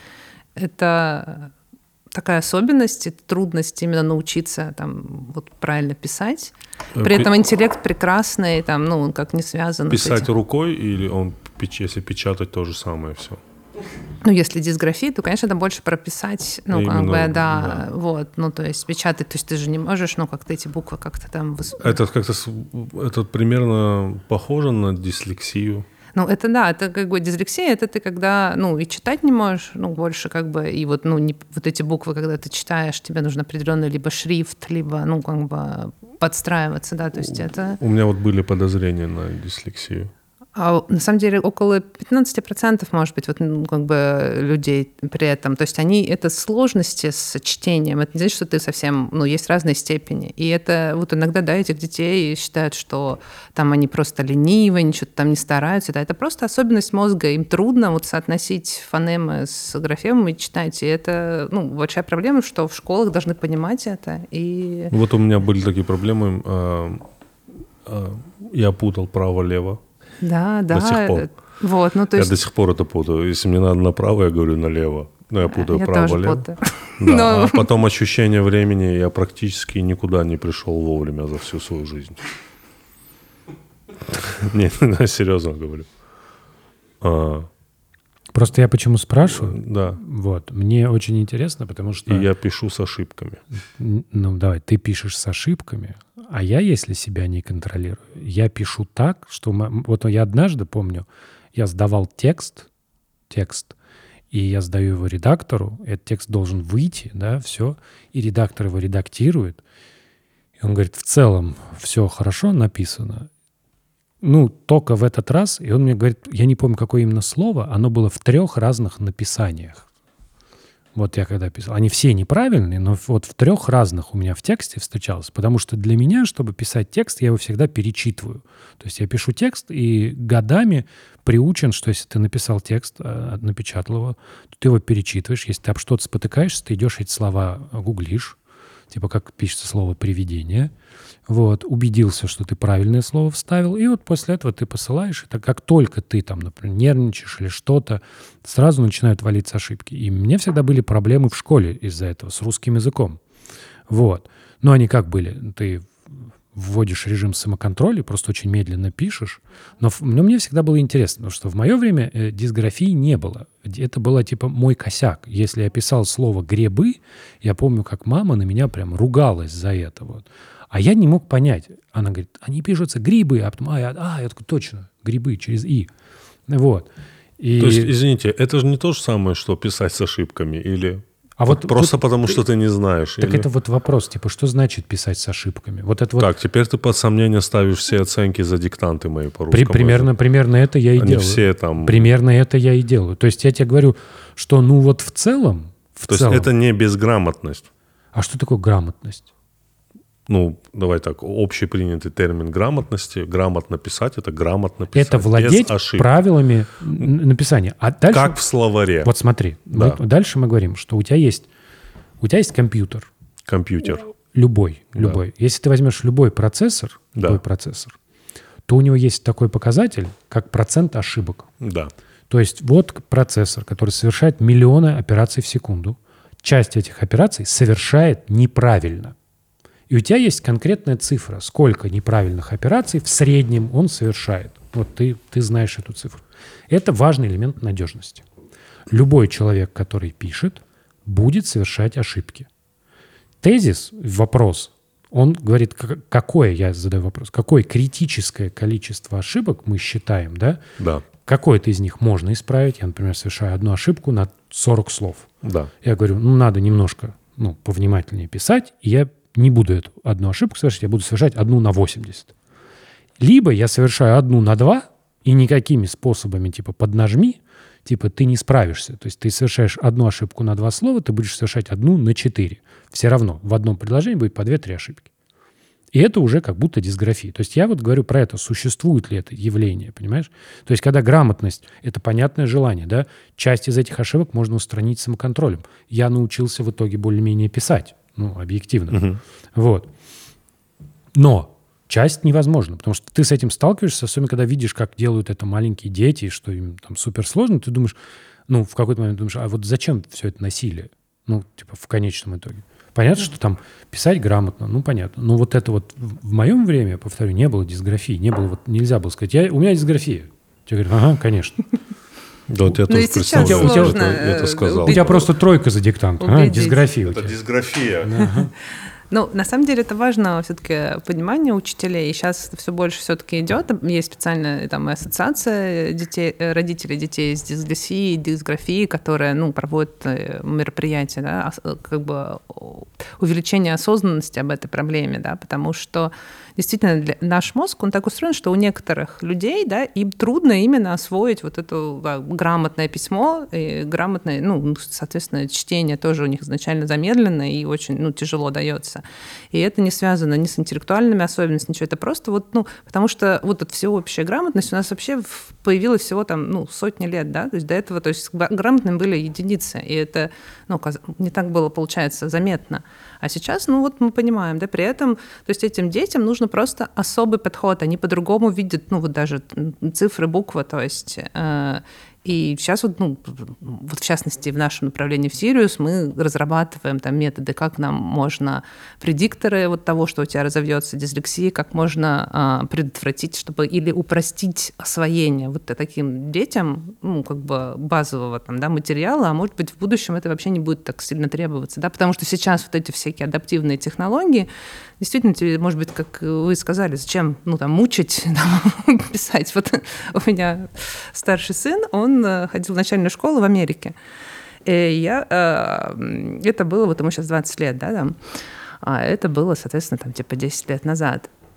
Это такая особенность, и трудность именно научиться там, вот, правильно писать. При Пи- этом интеллект прекрасный, там, ну, он как не связан с Писать этим. рукой или он, печ- если печатать, то же самое все? Ну, если дисграфия, то, конечно, это больше прописать, ну, как Именно, бы, да, да. вот, ну, то есть печатать, то есть ты же не можешь, ну, как-то эти буквы как-то там... выс- Это как-то с- это примерно похоже на дислексию. Ну, это да, это как бы дислексия, это ты когда, ну, и читать не можешь, ну, больше как бы, и вот, ну, не, вот эти буквы, когда ты читаешь, тебе нужно определенный либо шрифт, либо, ну, как бы подстраиваться, да, то есть это... У меня вот были подозрения на дислексию. А на самом деле около пятнадцать процентов, может быть, вот, ну, как бы людей при этом. То есть они, это сложности с чтением. Это не значит, что ты совсем... Ну, есть разные степени. И это вот иногда, да, этих детей считают, что там они просто ленивые, они что-то там не стараются. Да, это просто особенность мозга. Им трудно вот соотносить фонемы с графемами и читать. И это, ну, большая проблема, что в школах должны понимать это. И... Вот у меня были такие проблемы. э, э, Я путал право-лево. Да, да. До сих пор. это- Вот, ну, то Я есть... до сих пор это путаю. Если мне надо направо, я говорю налево. Но я путаю я тоже право-лево. путаю. Да, Но- а потом ощущение времени, я практически никуда не пришел вовремя за всю свою жизнь. Нет, серьезно говорю. А, Просто я почему спрашиваю? Да. Вот. Мне очень интересно, потому что... И я пишу с ошибками. Н- Ну, давай, ты пишешь с ошибками, а я, если себя не контролирую, я пишу так, что... м- Вот я однажды, помню, я сдавал текст, текст, и я сдаю его редактору, этот текст должен выйти, да, все, и редактор его редактирует, и он говорит, в целом все хорошо написано, ну, только в этот раз, и он мне говорит, я не помню, какое именно слово, оно было в трех разных написаниях. вот я когда писал, они все неправильные, но вот в трех разных у меня в тексте встречалось, потому что для меня, чтобы писать текст, я его всегда перечитываю. То есть я пишу текст и годами приучен, что если ты написал текст, напечатал его, то ты его перечитываешь. Если ты об что-то спотыкаешься, ты идешь эти слова гуглишь, типа как пишется слово «привидение», вот, убедился, что ты правильное слово вставил, и вот после этого ты посылаешь, и так как только ты там, например, нервничаешь или что-то, сразу начинают валиться ошибки. И у меня всегда были проблемы в школе из-за этого, с русским языком. Вот. Но они как были? Ты вводишь режим самоконтроля, просто очень медленно пишешь. Но, но мне всегда было интересно, потому что в мое время э, дисграфии не было. Это было типа мой косяк. Если я писал слово «грибы», я помню, как мама на меня прям ругалась за это. Вот. А я не мог понять. Она говорит, они пишутся грибы, а потом, а, я, а, я такой, точно, грибы через «и». Вот. И... То есть, извините, это же не то же самое, что писать с ошибками или... А вот просто тут, потому, что ты не знаешь. Так или... это вот вопрос, типа, что значит писать с ошибками? Вот это вот... Так, теперь ты под сомнение ставишь все оценки за диктанты мои по При, русскому. примерно, примерно это я и Они делаю. все там... Примерно это я и делаю. То есть я тебе говорю, что ну вот в целом... В То целом, есть это не безграмотность. А что такое грамотность? Ну, давай так, общепринятый термин грамотности. Грамотно писать — это грамотно писать. Это владеть правилами написания. А дальше... Как в словаре. Вот смотри. Да. Мы, дальше мы говорим, что у тебя есть, у тебя есть компьютер. Компьютер. Любой, любой. Да. Если ты возьмешь любой процессор, да. любой процессор, то у него есть такой показатель, как процент ошибок. Да. То есть вот процессор, который совершает миллионы операций в секунду. Часть этих операций совершает неправильно. И у тебя есть конкретная цифра, сколько неправильных операций в среднем он совершает. Вот ты, ты знаешь эту цифру. Это важный элемент надежности. Любой человек, который пишет, будет совершать ошибки. Тезис, вопрос, он говорит, какое, я задаю вопрос, какое критическое количество ошибок мы считаем, да? Да. Какое-то из них можно исправить. Я, например, совершаю одну ошибку на сорок слов. Да. Я говорю, ну, надо немножко ну, повнимательнее писать, и я не буду эту одну ошибку совершать, я буду совершать одну на восемьдесят. Либо я совершаю одну на два, и никакими способами, типа, поднажми, типа, ты не справишься. То есть ты совершаешь одну ошибку на два слова, ты будешь совершать одну на четыре. Все равно в одном предложении будет по две-три ошибки. И это уже как будто дисграфия. То есть я вот говорю про это, существует ли это явление, понимаешь? То есть когда грамотность — это понятное желание, да? Часть из этих ошибок можно устранить самоконтролем. Я научился в итоге более-менее писать. Ну, объективно. Угу. Вот. Но часть невозможна, потому что ты с этим сталкиваешься, особенно когда видишь, как делают это маленькие дети, что им там суперсложно, ты думаешь, ну, в какой-то момент думаешь, а вот зачем все это насилие? Ну, типа, в конечном итоге. Понятно, что там писать грамотно, ну, понятно. Но вот это вот в моем время, повторю, не было дисграфии, не было, вот нельзя было сказать, я, у меня дисграфия. Я говорю, ага, конечно. Да, вот я тоже представляю, у тебя, это, это сказал. У тебя просто тройка за диктант, а? Дисграфия. Это дисграфия. Ну, на самом деле это важно все-таки понимание учителей. И сейчас все больше все-таки идет. Есть специальная там ассоциация детей, родителей детей с дисгласией, дисграфией, которая, ну, проводит мероприятия, да, как бы увеличение осознанности об этой проблеме, да, потому что действительно для, наш мозг, он так устроен, что у некоторых людей, да, им трудно именно освоить вот это да, грамотное письмо, и грамотное, ну, соответственно, чтение тоже у них изначально замедленно и очень, ну, тяжело дается. И это не связано ни с интеллектуальными особенностями, ничего, это просто вот, ну, потому что вот эта всеобщая грамотность у нас вообще появилась всего там, ну, сотни лет, да, то есть до этого, то есть грамотными были единицы, и это, ну, не так было, получается, заметно. А сейчас, ну, вот мы понимаем, да, при этом, то есть этим детям нужно просто особый подход, они по-другому видят, ну, вот даже цифры, буквы, то есть... Э, И сейчас вот, ну, вот в частности в нашем направлении в Сириус мы разрабатываем там методы, как нам можно предикторы вот того, что у тебя разовьется дислексия, как можно а, предотвратить, чтобы или упростить освоение вот таким детям, ну, как бы базового там, да, материала, а может быть в будущем это вообще не будет так сильно требоваться, да, потому что сейчас вот эти всякие адаптивные технологии, действительно, тебе, может быть, как вы сказали, зачем, ну, там, мучить, там, писать. Вот у меня старший сын, он ходил в начальную школу в Америке. И я, это было, вот ему сейчас двадцать лет, да, там, а это было, соответственно, там, типа десять лет назад.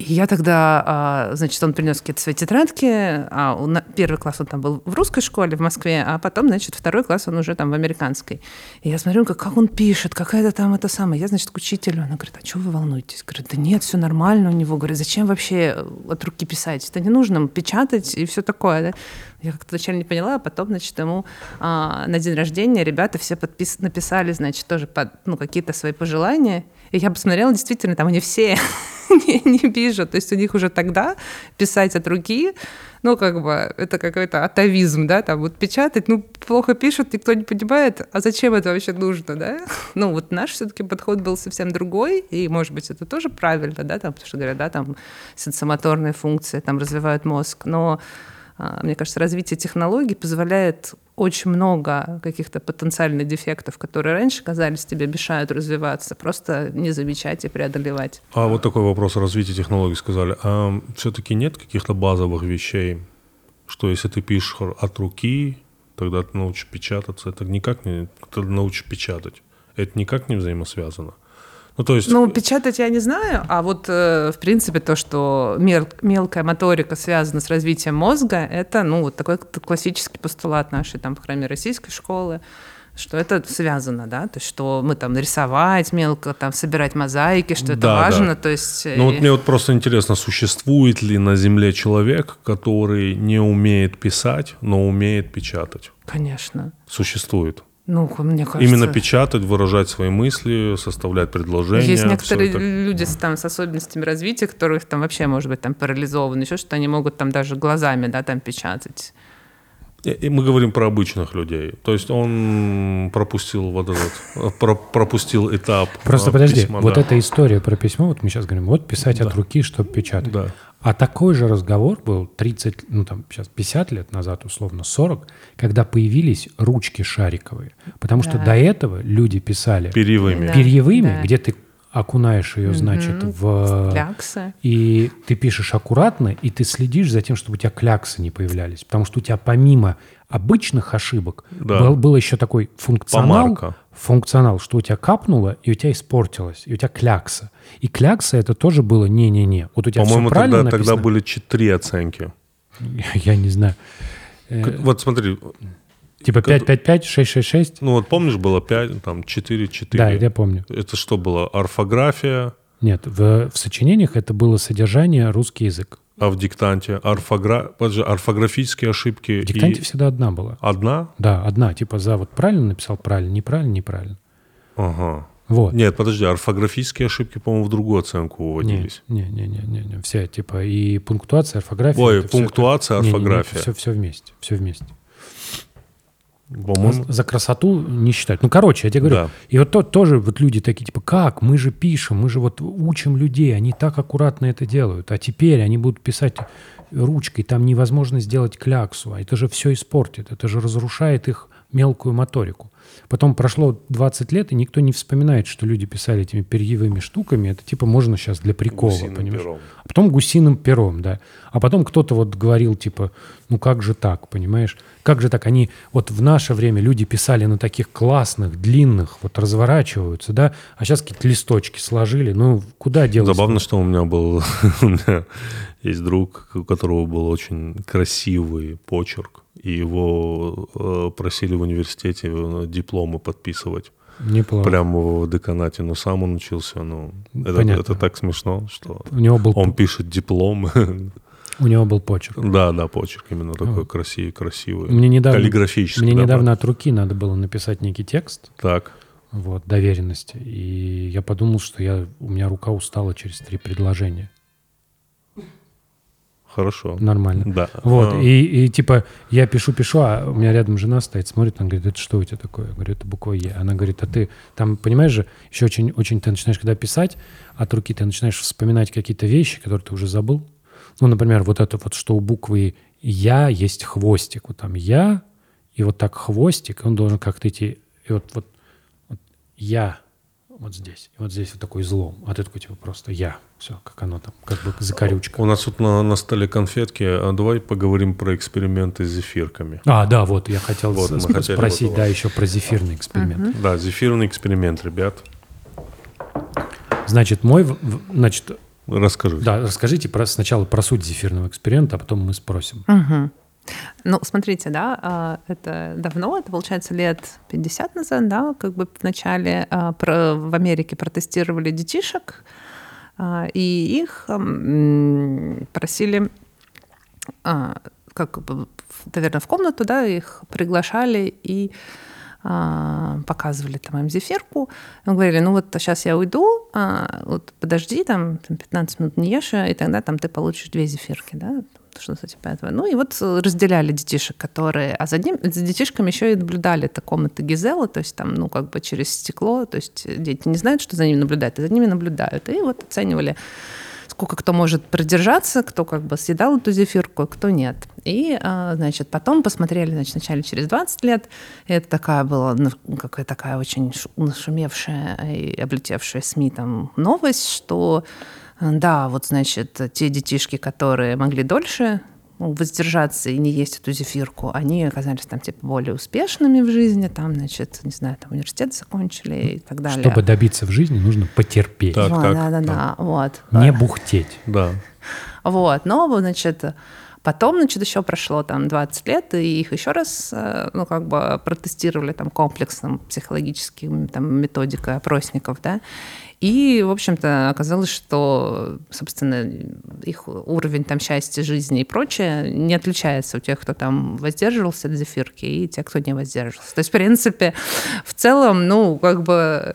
И я тогда, а, значит, он принес какие-то свои тетрадки, а у на- первый класс он там был в русской школе в Москве, а потом, значит, второй класс он уже там в американской. И я смотрю, как, как он пишет, какая-то там это самое. Я, значит, к учителю, она говорит, а чего вы волнуетесь? Говорит, да нет, все нормально у него. Говорит, зачем вообще от руки писать? Это не нужно печатать и все такое. Да? Я как-то вначале не поняла, а потом, значит, ему а, на день рождения ребята все подпис- написали, значит, тоже под, ну, какие-то свои пожелания. И я посмотрела, действительно, там они все не, не пишут. То есть у них уже тогда писать от руки, ну, как бы, это какой-то атовизм, да, там вот печатать, ну, плохо пишут, никто не понимает, а зачем это вообще нужно, да? Ну, вот наш все-таки подход был совсем другой, и, может быть, это тоже правильно, да, там, потому что говорят, да, там, сенсомоторные функции там развивают мозг, но мне кажется, развитие технологий позволяет очень много каких-то потенциальных дефектов, которые раньше казались тебе мешают развиваться, просто не замечать и преодолевать. А вот такой вопрос о развитии технологий сказали. А все-таки нет каких-то базовых вещей, что если ты пишешь от руки, тогда ты научишь печататься, это никак не... Ты научишь печатать. Это никак не взаимосвязано. Ну, то есть... ну, печатать я не знаю, а вот, э, в принципе, то, что мел- мелкая моторика связана с развитием мозга, это, ну, вот такой классический постулат нашей, там, по крайней мере, российской школы, что это связано, да, то есть, что мы там рисовать мелко, там, собирать мозаики, что это да, важно, да. то есть... Ну, вот мне вот просто интересно, существует ли на Земле человек, который не умеет писать, но умеет печатать? Конечно. Существует. Ну, мне кажется... Именно печатать, выражать свои мысли, составлять предложения. Есть некоторые это... люди с, там, с особенностями развития, которых там вообще, может быть, там парализованы, еще что-то, они могут там даже глазами, да, там печатать. И, и мы говорим про обычных людей. То есть он пропустил вот этот, про, пропустил этап. Просто подожди, письма, вот да. эта история про письмо, вот мы сейчас говорим, вот писать Да. от руки, чтобы печатать. Да. А такой же разговор был тридцать, ну там сейчас пятьдесят лет назад, условно сорок, когда появились ручки шариковые. Потому что Да. до этого люди писали Перьевыми. Да. перьевыми, да. где ты окунаешь ее, значит, в... Кляксы. И ты пишешь аккуратно, и ты следишь за тем, чтобы у тебя кляксы не появлялись. Потому что у тебя помимо обычных ошибок Да. был, был еще такой функционал, Помарка. функционал, что у тебя капнуло, и у тебя испортилось, и у тебя клякса. И клякса это тоже было не-не-не. Вот у тебя По-моему, все правильно тогда, тогда написано. были четыре оценки. Я не знаю. Э, Как- Вот смотри, Типа пять пять пять, шесть шесть шесть. ну вот помнишь, было пять, там четыре четыре. Да, я помню. Это что было? Орфография, Нет, в, в сочинениях это было содержание русский язык. а в диктанте орфогра... Подожди, орфографические ошибки. В диктанте и... всегда одна была. Одна? Да, одна. Типа за вот правильно написал, правильно, неправильно, неправильно. Ага. Вот. Нет, подожди, орфографические ошибки, по-моему, в другую оценку уводились. Не, не, не, не, не, все, типа и пунктуация, орфография. Ой, это всё пунктуация, это- не, не, не, орфография. все, все вместе, все вместе. По-моему, За красоту не считать. Ну, короче, я тебе говорю. Да. И вот то, тоже вот люди такие, типа, как? Мы же пишем, мы же вот учим людей, они так аккуратно это делают. А теперь они будут писать ручкой, там невозможно сделать кляксу. А это же все испортит, это же разрушает их мелкую моторику. Потом прошло двадцать лет, и никто не вспоминает, что люди писали этими перьевыми штуками. Это типа можно сейчас для прикола, Гусиным понимаешь? пером. А потом гусиным пером, да. А потом кто-то вот говорил, типа, ну как же так, понимаешь? Как же так? Они вот в наше время люди писали на таких классных, длинных, вот разворачиваются, да, а сейчас какие-то листочки сложили. Ну, куда делать? забавно, что у меня был... У меня есть друг, у которого был очень красивый почерк, и его э, просили в университете э, дипломы подписывать. Неплохо. Прямо в деканате, но сам он учился. Ну, это, Понятно. это так смешно, что У него был, он пишет диплом. у него был почерк. Да, да, почерк именно такой Вот. красивый, красивый. Мне недавно, Каллиграфический. мне да, недавно от руки надо было написать некий текст, Так. вот, доверенности, и я подумал, что я, у меня рука устала через три предложения. Хорошо. Нормально. Да. Вот, А, и, и типа я пишу-пишу, а у меня рядом жена стоит, смотрит, она говорит, это что у тебя такое? Я говорю, это буква Е. Она говорит, а ты там, понимаешь же, еще очень, очень ты начинаешь, когда писать от руки, ты начинаешь вспоминать какие-то вещи, которые ты уже забыл. Ну, например, вот это вот, что у буквы Я есть хвостик. Вот там Я, и вот так хвостик, и он должен как-то идти, и вот, вот, вот Я вот здесь, и вот здесь вот такой излом. А ты такой, типа, просто Я. Все, как оно там, как бы закорючка. У нас тут на, на столе конфетки. А давай поговорим про эксперименты с зефирками. А, да, вот, я хотел Вот, с- мы с- хотели спросить, вот у да, вас. еще про зефирный эксперимент. Да, зефирный эксперимент, ребят. Значит, мой, в- в- значит, Расскажи. Да, расскажите про, сначала про суть зефирного эксперимента, а потом мы спросим. Угу. Ну, смотрите, да, это давно, это, получается, лет пятьдесят назад, да, как бы в начале в Америке протестировали детишек, и их просили, как, наверное, в комнату, да, их приглашали и показывали там им зефирку. Мы говорили, ну вот сейчас я уйду, вот подожди, там пятнадцать минут не ешь, и тогда там ты получишь две зефирки, да, что-то типа этого. Ну и вот разделяли детишек, которые... А за, ним, за детишками еще и наблюдали это комнаты Гизела, то есть там, ну, как бы через стекло, то есть дети не знают, что за ними наблюдают, а за ними наблюдают. И вот оценивали, сколько кто может продержаться, кто как бы съедал эту зефирку, а кто нет. И, значит, потом посмотрели, значит, вначале через двадцать лет, и это такая была, какая такая очень нашумевшая и облетевшая СМИ там новость, что да, вот, значит, те детишки, которые могли дольше воздержаться и не есть эту зефирку, они оказались там типа более успешными в жизни, там, значит, не знаю, там университет закончили и так далее. Чтобы добиться в жизни, нужно потерпеть. Так, вот, так, да, да, да. да, вот. Не бухтеть. Да. Вот, но, значит, потом, значит, еще прошло там двадцать лет, и их еще раз, ну, как бы протестировали там комплексным психологическим там методикой опросников, да, и, в общем-то, оказалось, что, собственно, их уровень там счастья, жизни и прочее не отличается у тех, кто там воздерживался от зефирки, и тех, кто не воздерживался. То есть, в принципе, в целом, ну, как бы...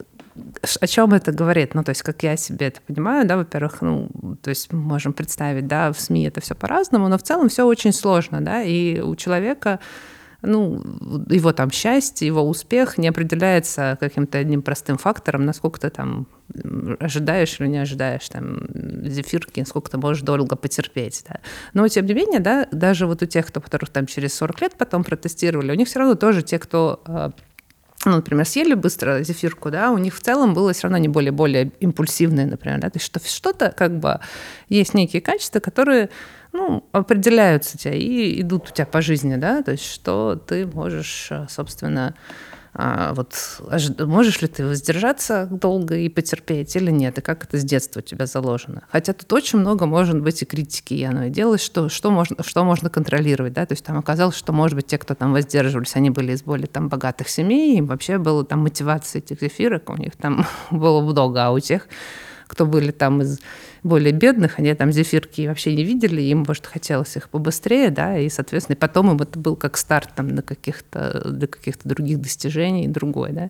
О чем это говорит? Ну, то есть, как я себе это понимаю, да, во-первых, ну, то есть мы можем представить, да, в СМИ это все по-разному, но в целом все очень сложно, да, и у человека, ну, его там счастье, его успех не определяется каким-то одним простым фактором, насколько ты там ожидаешь или не ожидаешь там зефирки, сколько ты можешь долго потерпеть, да. Но, тем не менее, да, даже вот у тех, кто, которых там через сорок лет потом протестировали, у них все равно тоже те, кто... ну, например, съели быстро зефирку, да, у них в целом было все равно не более-более импульсивное, например, да, то есть что, что-то как бы есть некие качества, которые, ну, определяются у тебя и идут у тебя по жизни, да, то есть что ты можешь, собственно, вот можешь ли ты воздержаться долго и потерпеть или нет, и как это с детства у тебя заложено. Хотя тут очень много может быть и критики, и оно и делает, что, что, можно, что можно контролировать, да, то есть там оказалось, что, может быть, те, кто там воздерживались, они были из более там богатых семей, им вообще было там мотивация этих зефирок, у них там было много, а у тех, кто были там из более бедных, они там зефирки вообще не видели, им, может, хотелось их побыстрее, да, и, соответственно, потом им это был как старт там для каких-то, для каких-то других достижений, другой, да.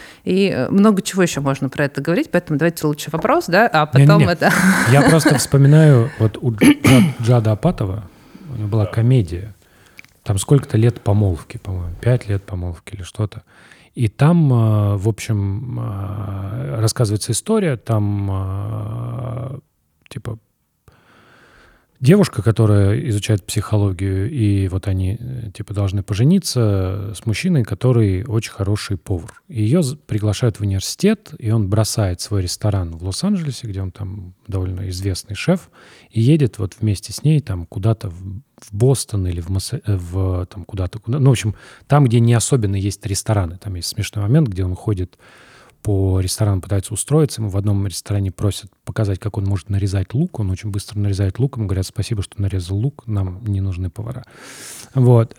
И много чего еще можно про это говорить, поэтому давайте лучше вопрос, да, а потом Не-не-не. это... Я просто вспоминаю, вот у Джад- Джада Апатова у него была комедия, там сколько-то лет помолвки, по-моему, пять лет помолвки или что-то. И там, в общем, рассказывается история, там, типа, девушка, которая изучает психологию, и вот они, типа, должны пожениться с мужчиной, который очень хороший повар. И ее приглашают в университет, и он бросает свой ресторан в Лос-Анджелесе, где он там довольно известный шеф, и едет вот вместе с ней там куда-то в в Бостон или в, Масса... в там куда-то, куда... ну, в общем, там, где не особенно есть рестораны. Там есть смешной момент, где он ходит по ресторанам, пытается устроиться. Ему в одном ресторане просят показать, как он может нарезать лук. Он очень быстро нарезает лук. Ему говорят, спасибо, что нарезал лук, нам не нужны повара. Вот.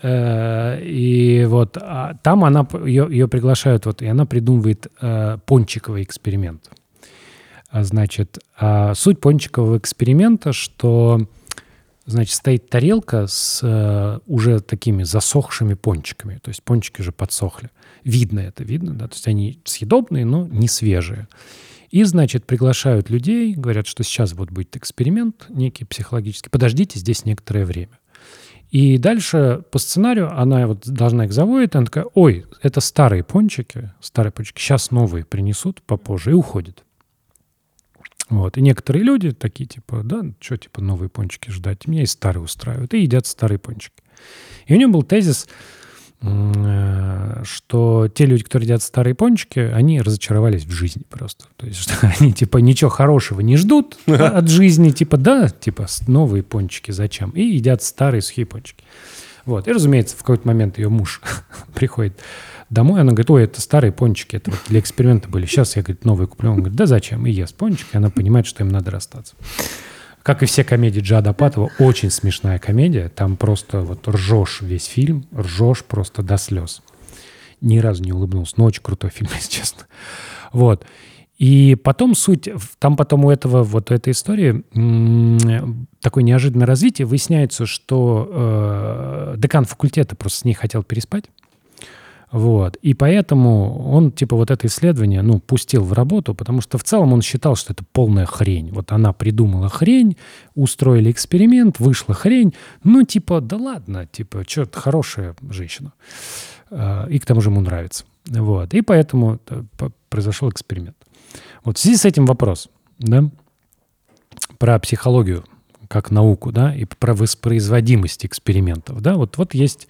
И вот там она, ее, ее приглашают, вот, и она придумывает пончиковый эксперимент. Значит, суть пончикового эксперимента, что... Значит, стоит тарелка с э, уже такими засохшими пончиками. То есть пончики уже подсохли. Видно это, видно, да? То есть они съедобные, но не свежие. И, значит, приглашают людей, говорят, что сейчас вот будет эксперимент некий психологический. Подождите здесь некоторое время. И дальше по сценарию она вот должна их заводить. Она такая, ой, это старые пончики, старые пончики, сейчас новые принесут попозже, и уходит. Вот. И некоторые люди такие, типа, да, что, типа, новые пончики ждать? Меня и старые устраивают. И едят старые пончики. И у него был тезис, что те люди, которые едят старые пончики, они разочаровались в жизни просто. То есть, что они, типа, ничего хорошего не ждут от жизни. Типа, да, типа, новые пончики зачем? И едят старые сухие пончики. Вот. И, разумеется, в какой-то момент ее муж приходит домой, она говорит, ой, это старые пончики, это вот для эксперимента были. Сейчас я, говорит, новые куплю. Он говорит, да зачем? И ест пончики, и она понимает, что им надо расстаться. Как и все комедии Джада Апатова, очень смешная комедия. Там просто вот ржешь весь фильм, ржешь просто до слез. Ни разу не улыбнулся. Но очень крутой фильм, если честно. Вот. И потом суть, там потом у этого, вот у этой истории м- такое неожиданное развитие. Выясняется, что э, декан факультета просто с ней хотел переспать. Вот. И поэтому он, типа, вот это исследование, ну, пустил в работу, потому что в целом он считал, что это полная хрень. Вот она придумала хрень, устроили эксперимент, вышла хрень. Ну, типа, да ладно, типа, что-то хорошая женщина. И к тому же ему нравится. Вот. И поэтому произошел эксперимент. Вот в связи с этим вопрос, да, про психологию как науку, да, и про воспроизводимость экспериментов, да. Вот, вот есть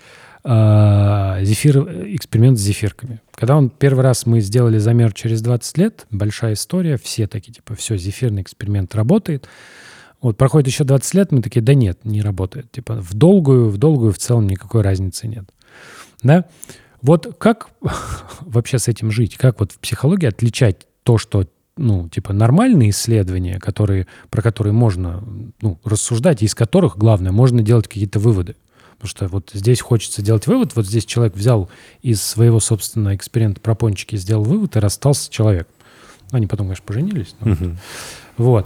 Зефир, эксперимент с зефирками. Когда он первый раз мы сделали замер через двадцать лет, большая история, все такие, типа, все, зефирный эксперимент работает. Вот проходит еще двадцать лет, мы такие, да нет, не работает. Типа в долгую, в долгую в целом никакой разницы нет. Да? Вот как вообще с этим жить? Как вот в психологии отличать то, что, ну, типа нормальные исследования, которые, про которые можно, ну, рассуждать, и из которых, главное, можно делать какие-то выводы. Потому что вот здесь хочется делать вывод, вот здесь человек взял из своего собственного эксперимента про пончики, сделал вывод и расстался с человеком. Ну, они потом, конечно, поженились. Но uh-huh. Вот.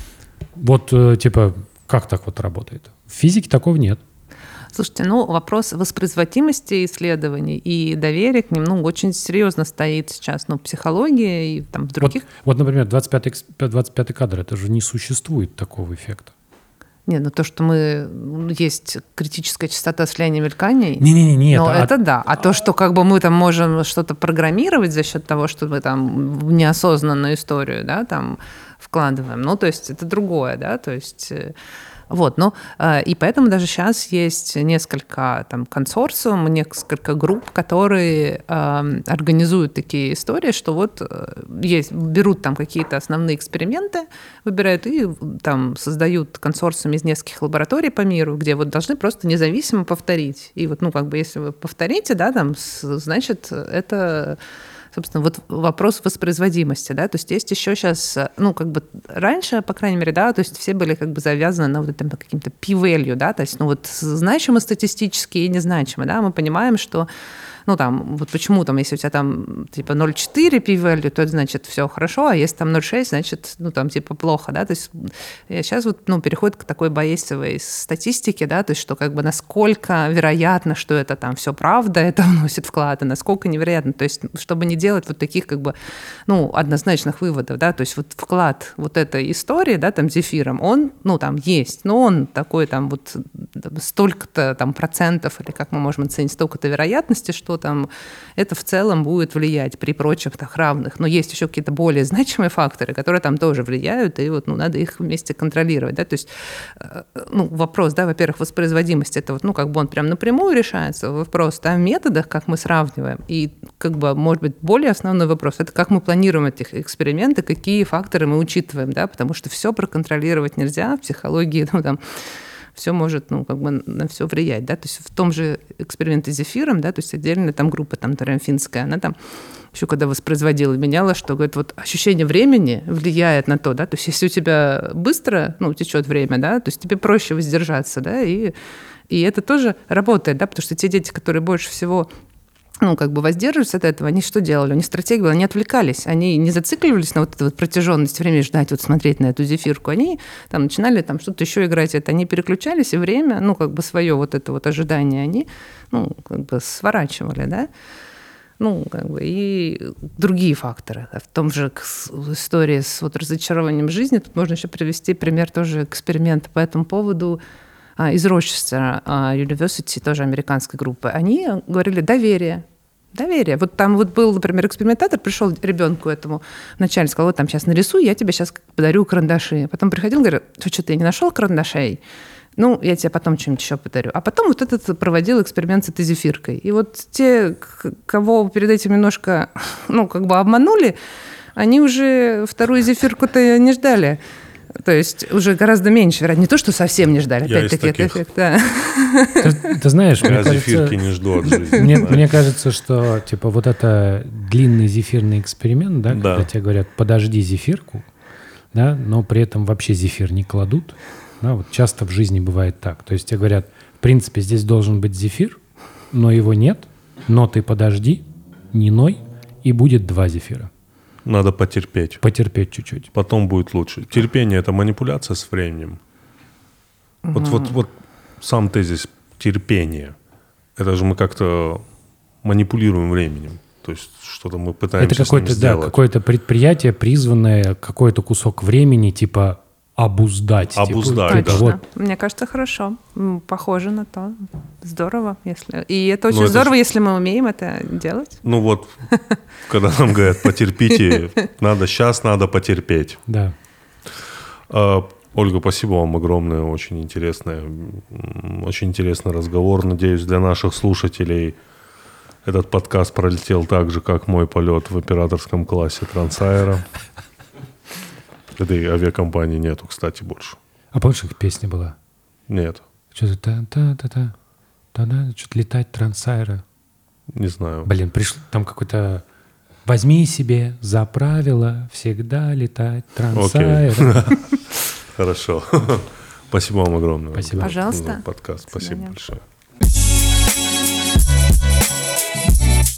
Вот, э, типа, как так вот работает? В физике такого нет. Слушайте, ну, вопрос воспроизводимости исследований и доверия к ним, ну, очень серьезно стоит сейчас, ну, в психологии и там в других. Вот, вот например, двадцать пятый, двадцать пятый кадр, это же не существует такого эффекта. Нет, ну то, что мы... Есть критическая частота слияния мельканий. Не-не-не, нет. Но а... это да. А то, что как бы мы там можем что-то программировать за счет того, что мы там в неосознанную историю, да, там вкладываем, ну, то есть это другое, да, то есть... Вот, ну, и поэтому даже сейчас есть несколько там консорциум, несколько групп, которые э, организуют такие истории, что вот есть, берут там какие-то основные эксперименты, выбирают и там создают консорциум из нескольких лабораторий по миру, где вот должны просто независимо повторить. И вот, ну, как бы, если вы повторите, да, там, значит, это... Собственно, вот вопрос воспроизводимости, да, то есть есть еще сейчас, ну, как бы раньше, по крайней мере, да, то есть все были как бы завязаны на вот этом каким-то p-value, да, то есть, ну, вот значимо статистически и незначимо, да, мы понимаем, что, ну, там, вот почему там, если у тебя там, типа, ноль целых четыре p-value, то это значит все хорошо, а если там ноль целых шесть, значит, ну, там, типа, плохо, да, то есть сейчас вот, ну, переходит к такой байесовой статистике, да, то есть что, как бы, насколько вероятно, что это там все правда, это вносит вклад, а насколько невероятно, то есть, чтобы не делать вот таких, как бы, ну, однозначных выводов, да, то есть вот вклад вот этой истории, да, там, с зефиром, он, ну, там, есть, но он такой, там, вот, столько-то, там, процентов, или как мы можем оценить, столько-то вероятности, что там это в целом будет влиять при прочих так равных. Но есть еще какие-то более значимые факторы, которые там тоже влияют, и вот, ну, надо их вместе контролировать, да, то есть, ну, вопрос, да, во-первых, воспроизводимость, это вот, ну, как бы он прям напрямую решается, вопрос, да, в методах, как мы сравниваем, и, как бы, может быть, более основной вопрос, это как мы планируем эти эксперименты, какие факторы мы учитываем, да, потому что все проконтролировать нельзя, в психологии, ну, там, все может, ну, как бы на все влиять, да, то есть в том же эксперименте с зефиром, да, то есть отдельная там группа, там, финская, она там еще когда воспроизводила, меняла, что, говорит, вот ощущение времени влияет на то, да, то есть если у тебя быстро, ну, течет время, да, то есть тебе проще воздержаться, да, и, и это тоже работает, да, потому что те дети, которые больше всего ну, как бы воздерживаются от этого, они что делали? Они стратегию, они отвлекались, они не зацикливались на вот эту вот протяженность времени, ждать, вот смотреть на эту зефирку, они там начинали там что-то еще играть, это они переключались, и время, ну, как бы свое вот это вот ожидание они, ну, как бы сворачивали, да, ну, как бы и другие факторы. В том же истории с вот разочарованием жизни, тут можно еще привести пример тоже эксперимента по этому поводу, из Рочестера University, тоже американской группы, они говорили доверие. Доверие. Вот там вот был, например, экспериментатор, пришел ребенку этому вначале, сказал, вот там сейчас нарисуй, я тебе сейчас подарю карандаши. Потом приходил, говорит, ты что, ты не нашел карандашей? Ну, я тебе потом что-нибудь еще подарю. А потом вот этот проводил эксперимент с этой зефиркой. И вот те, кого перед этим немножко, ну, как бы обманули, они уже вторую зефирку-то не ждали. То есть уже гораздо меньше, не то, что совсем не ждали. Я Опять-таки, это таких. эффект, да. Ты, ты знаешь, мне Я кажется, зефирки не жду от жизни. мне, знаешь. мне кажется, что типа вот это длинный зефирный эксперимент, да, когда Да. тебе говорят, подожди зефирку, да, но при этом вообще зефир не кладут. Да, вот часто в жизни бывает так. То есть тебе говорят, в принципе, здесь должен быть зефир, но его нет, но ты подожди, не ной, и будет два зефира. Надо потерпеть. Потерпеть чуть-чуть. Потом будет лучше. Терпение — это манипуляция с временем. Вот, вот, вот сам тезис терпения. Это же мы как-то манипулируем временем. То есть что-то мы пытаемся Это с ним какое-то, да, сделать. какое-то предприятие, призванное какой-то кусок времени типа обуздать. Обуздать, типа, да. типа, Точно. вот, Мне кажется, хорошо. М, Похоже на то. Здорово, если. И это очень Ну, это здорово, ж- если мы умеем это делать. Ну вот, когда нам говорят, потерпите, надо сейчас, надо потерпеть. да. А, Ольга, спасибо вам огромное, очень интересное, м, очень интересный разговор. Надеюсь, для наших слушателей этот подкаст пролетел так же, как мой полет в операторском классе Трансайра. Этой авиакомпании нету, кстати, больше. А помнишь, их песня была? Нет, Что-то та-та-та-та, та-та, что-то летать трансайра. не знаю. Блин, пришло там какой-то... Возьми себе за правило всегда летать трансайра. Хорошо. Спасибо вам огромное. Спасибо. Пожалуйста. За подкаст. До Спасибо свидания. большое.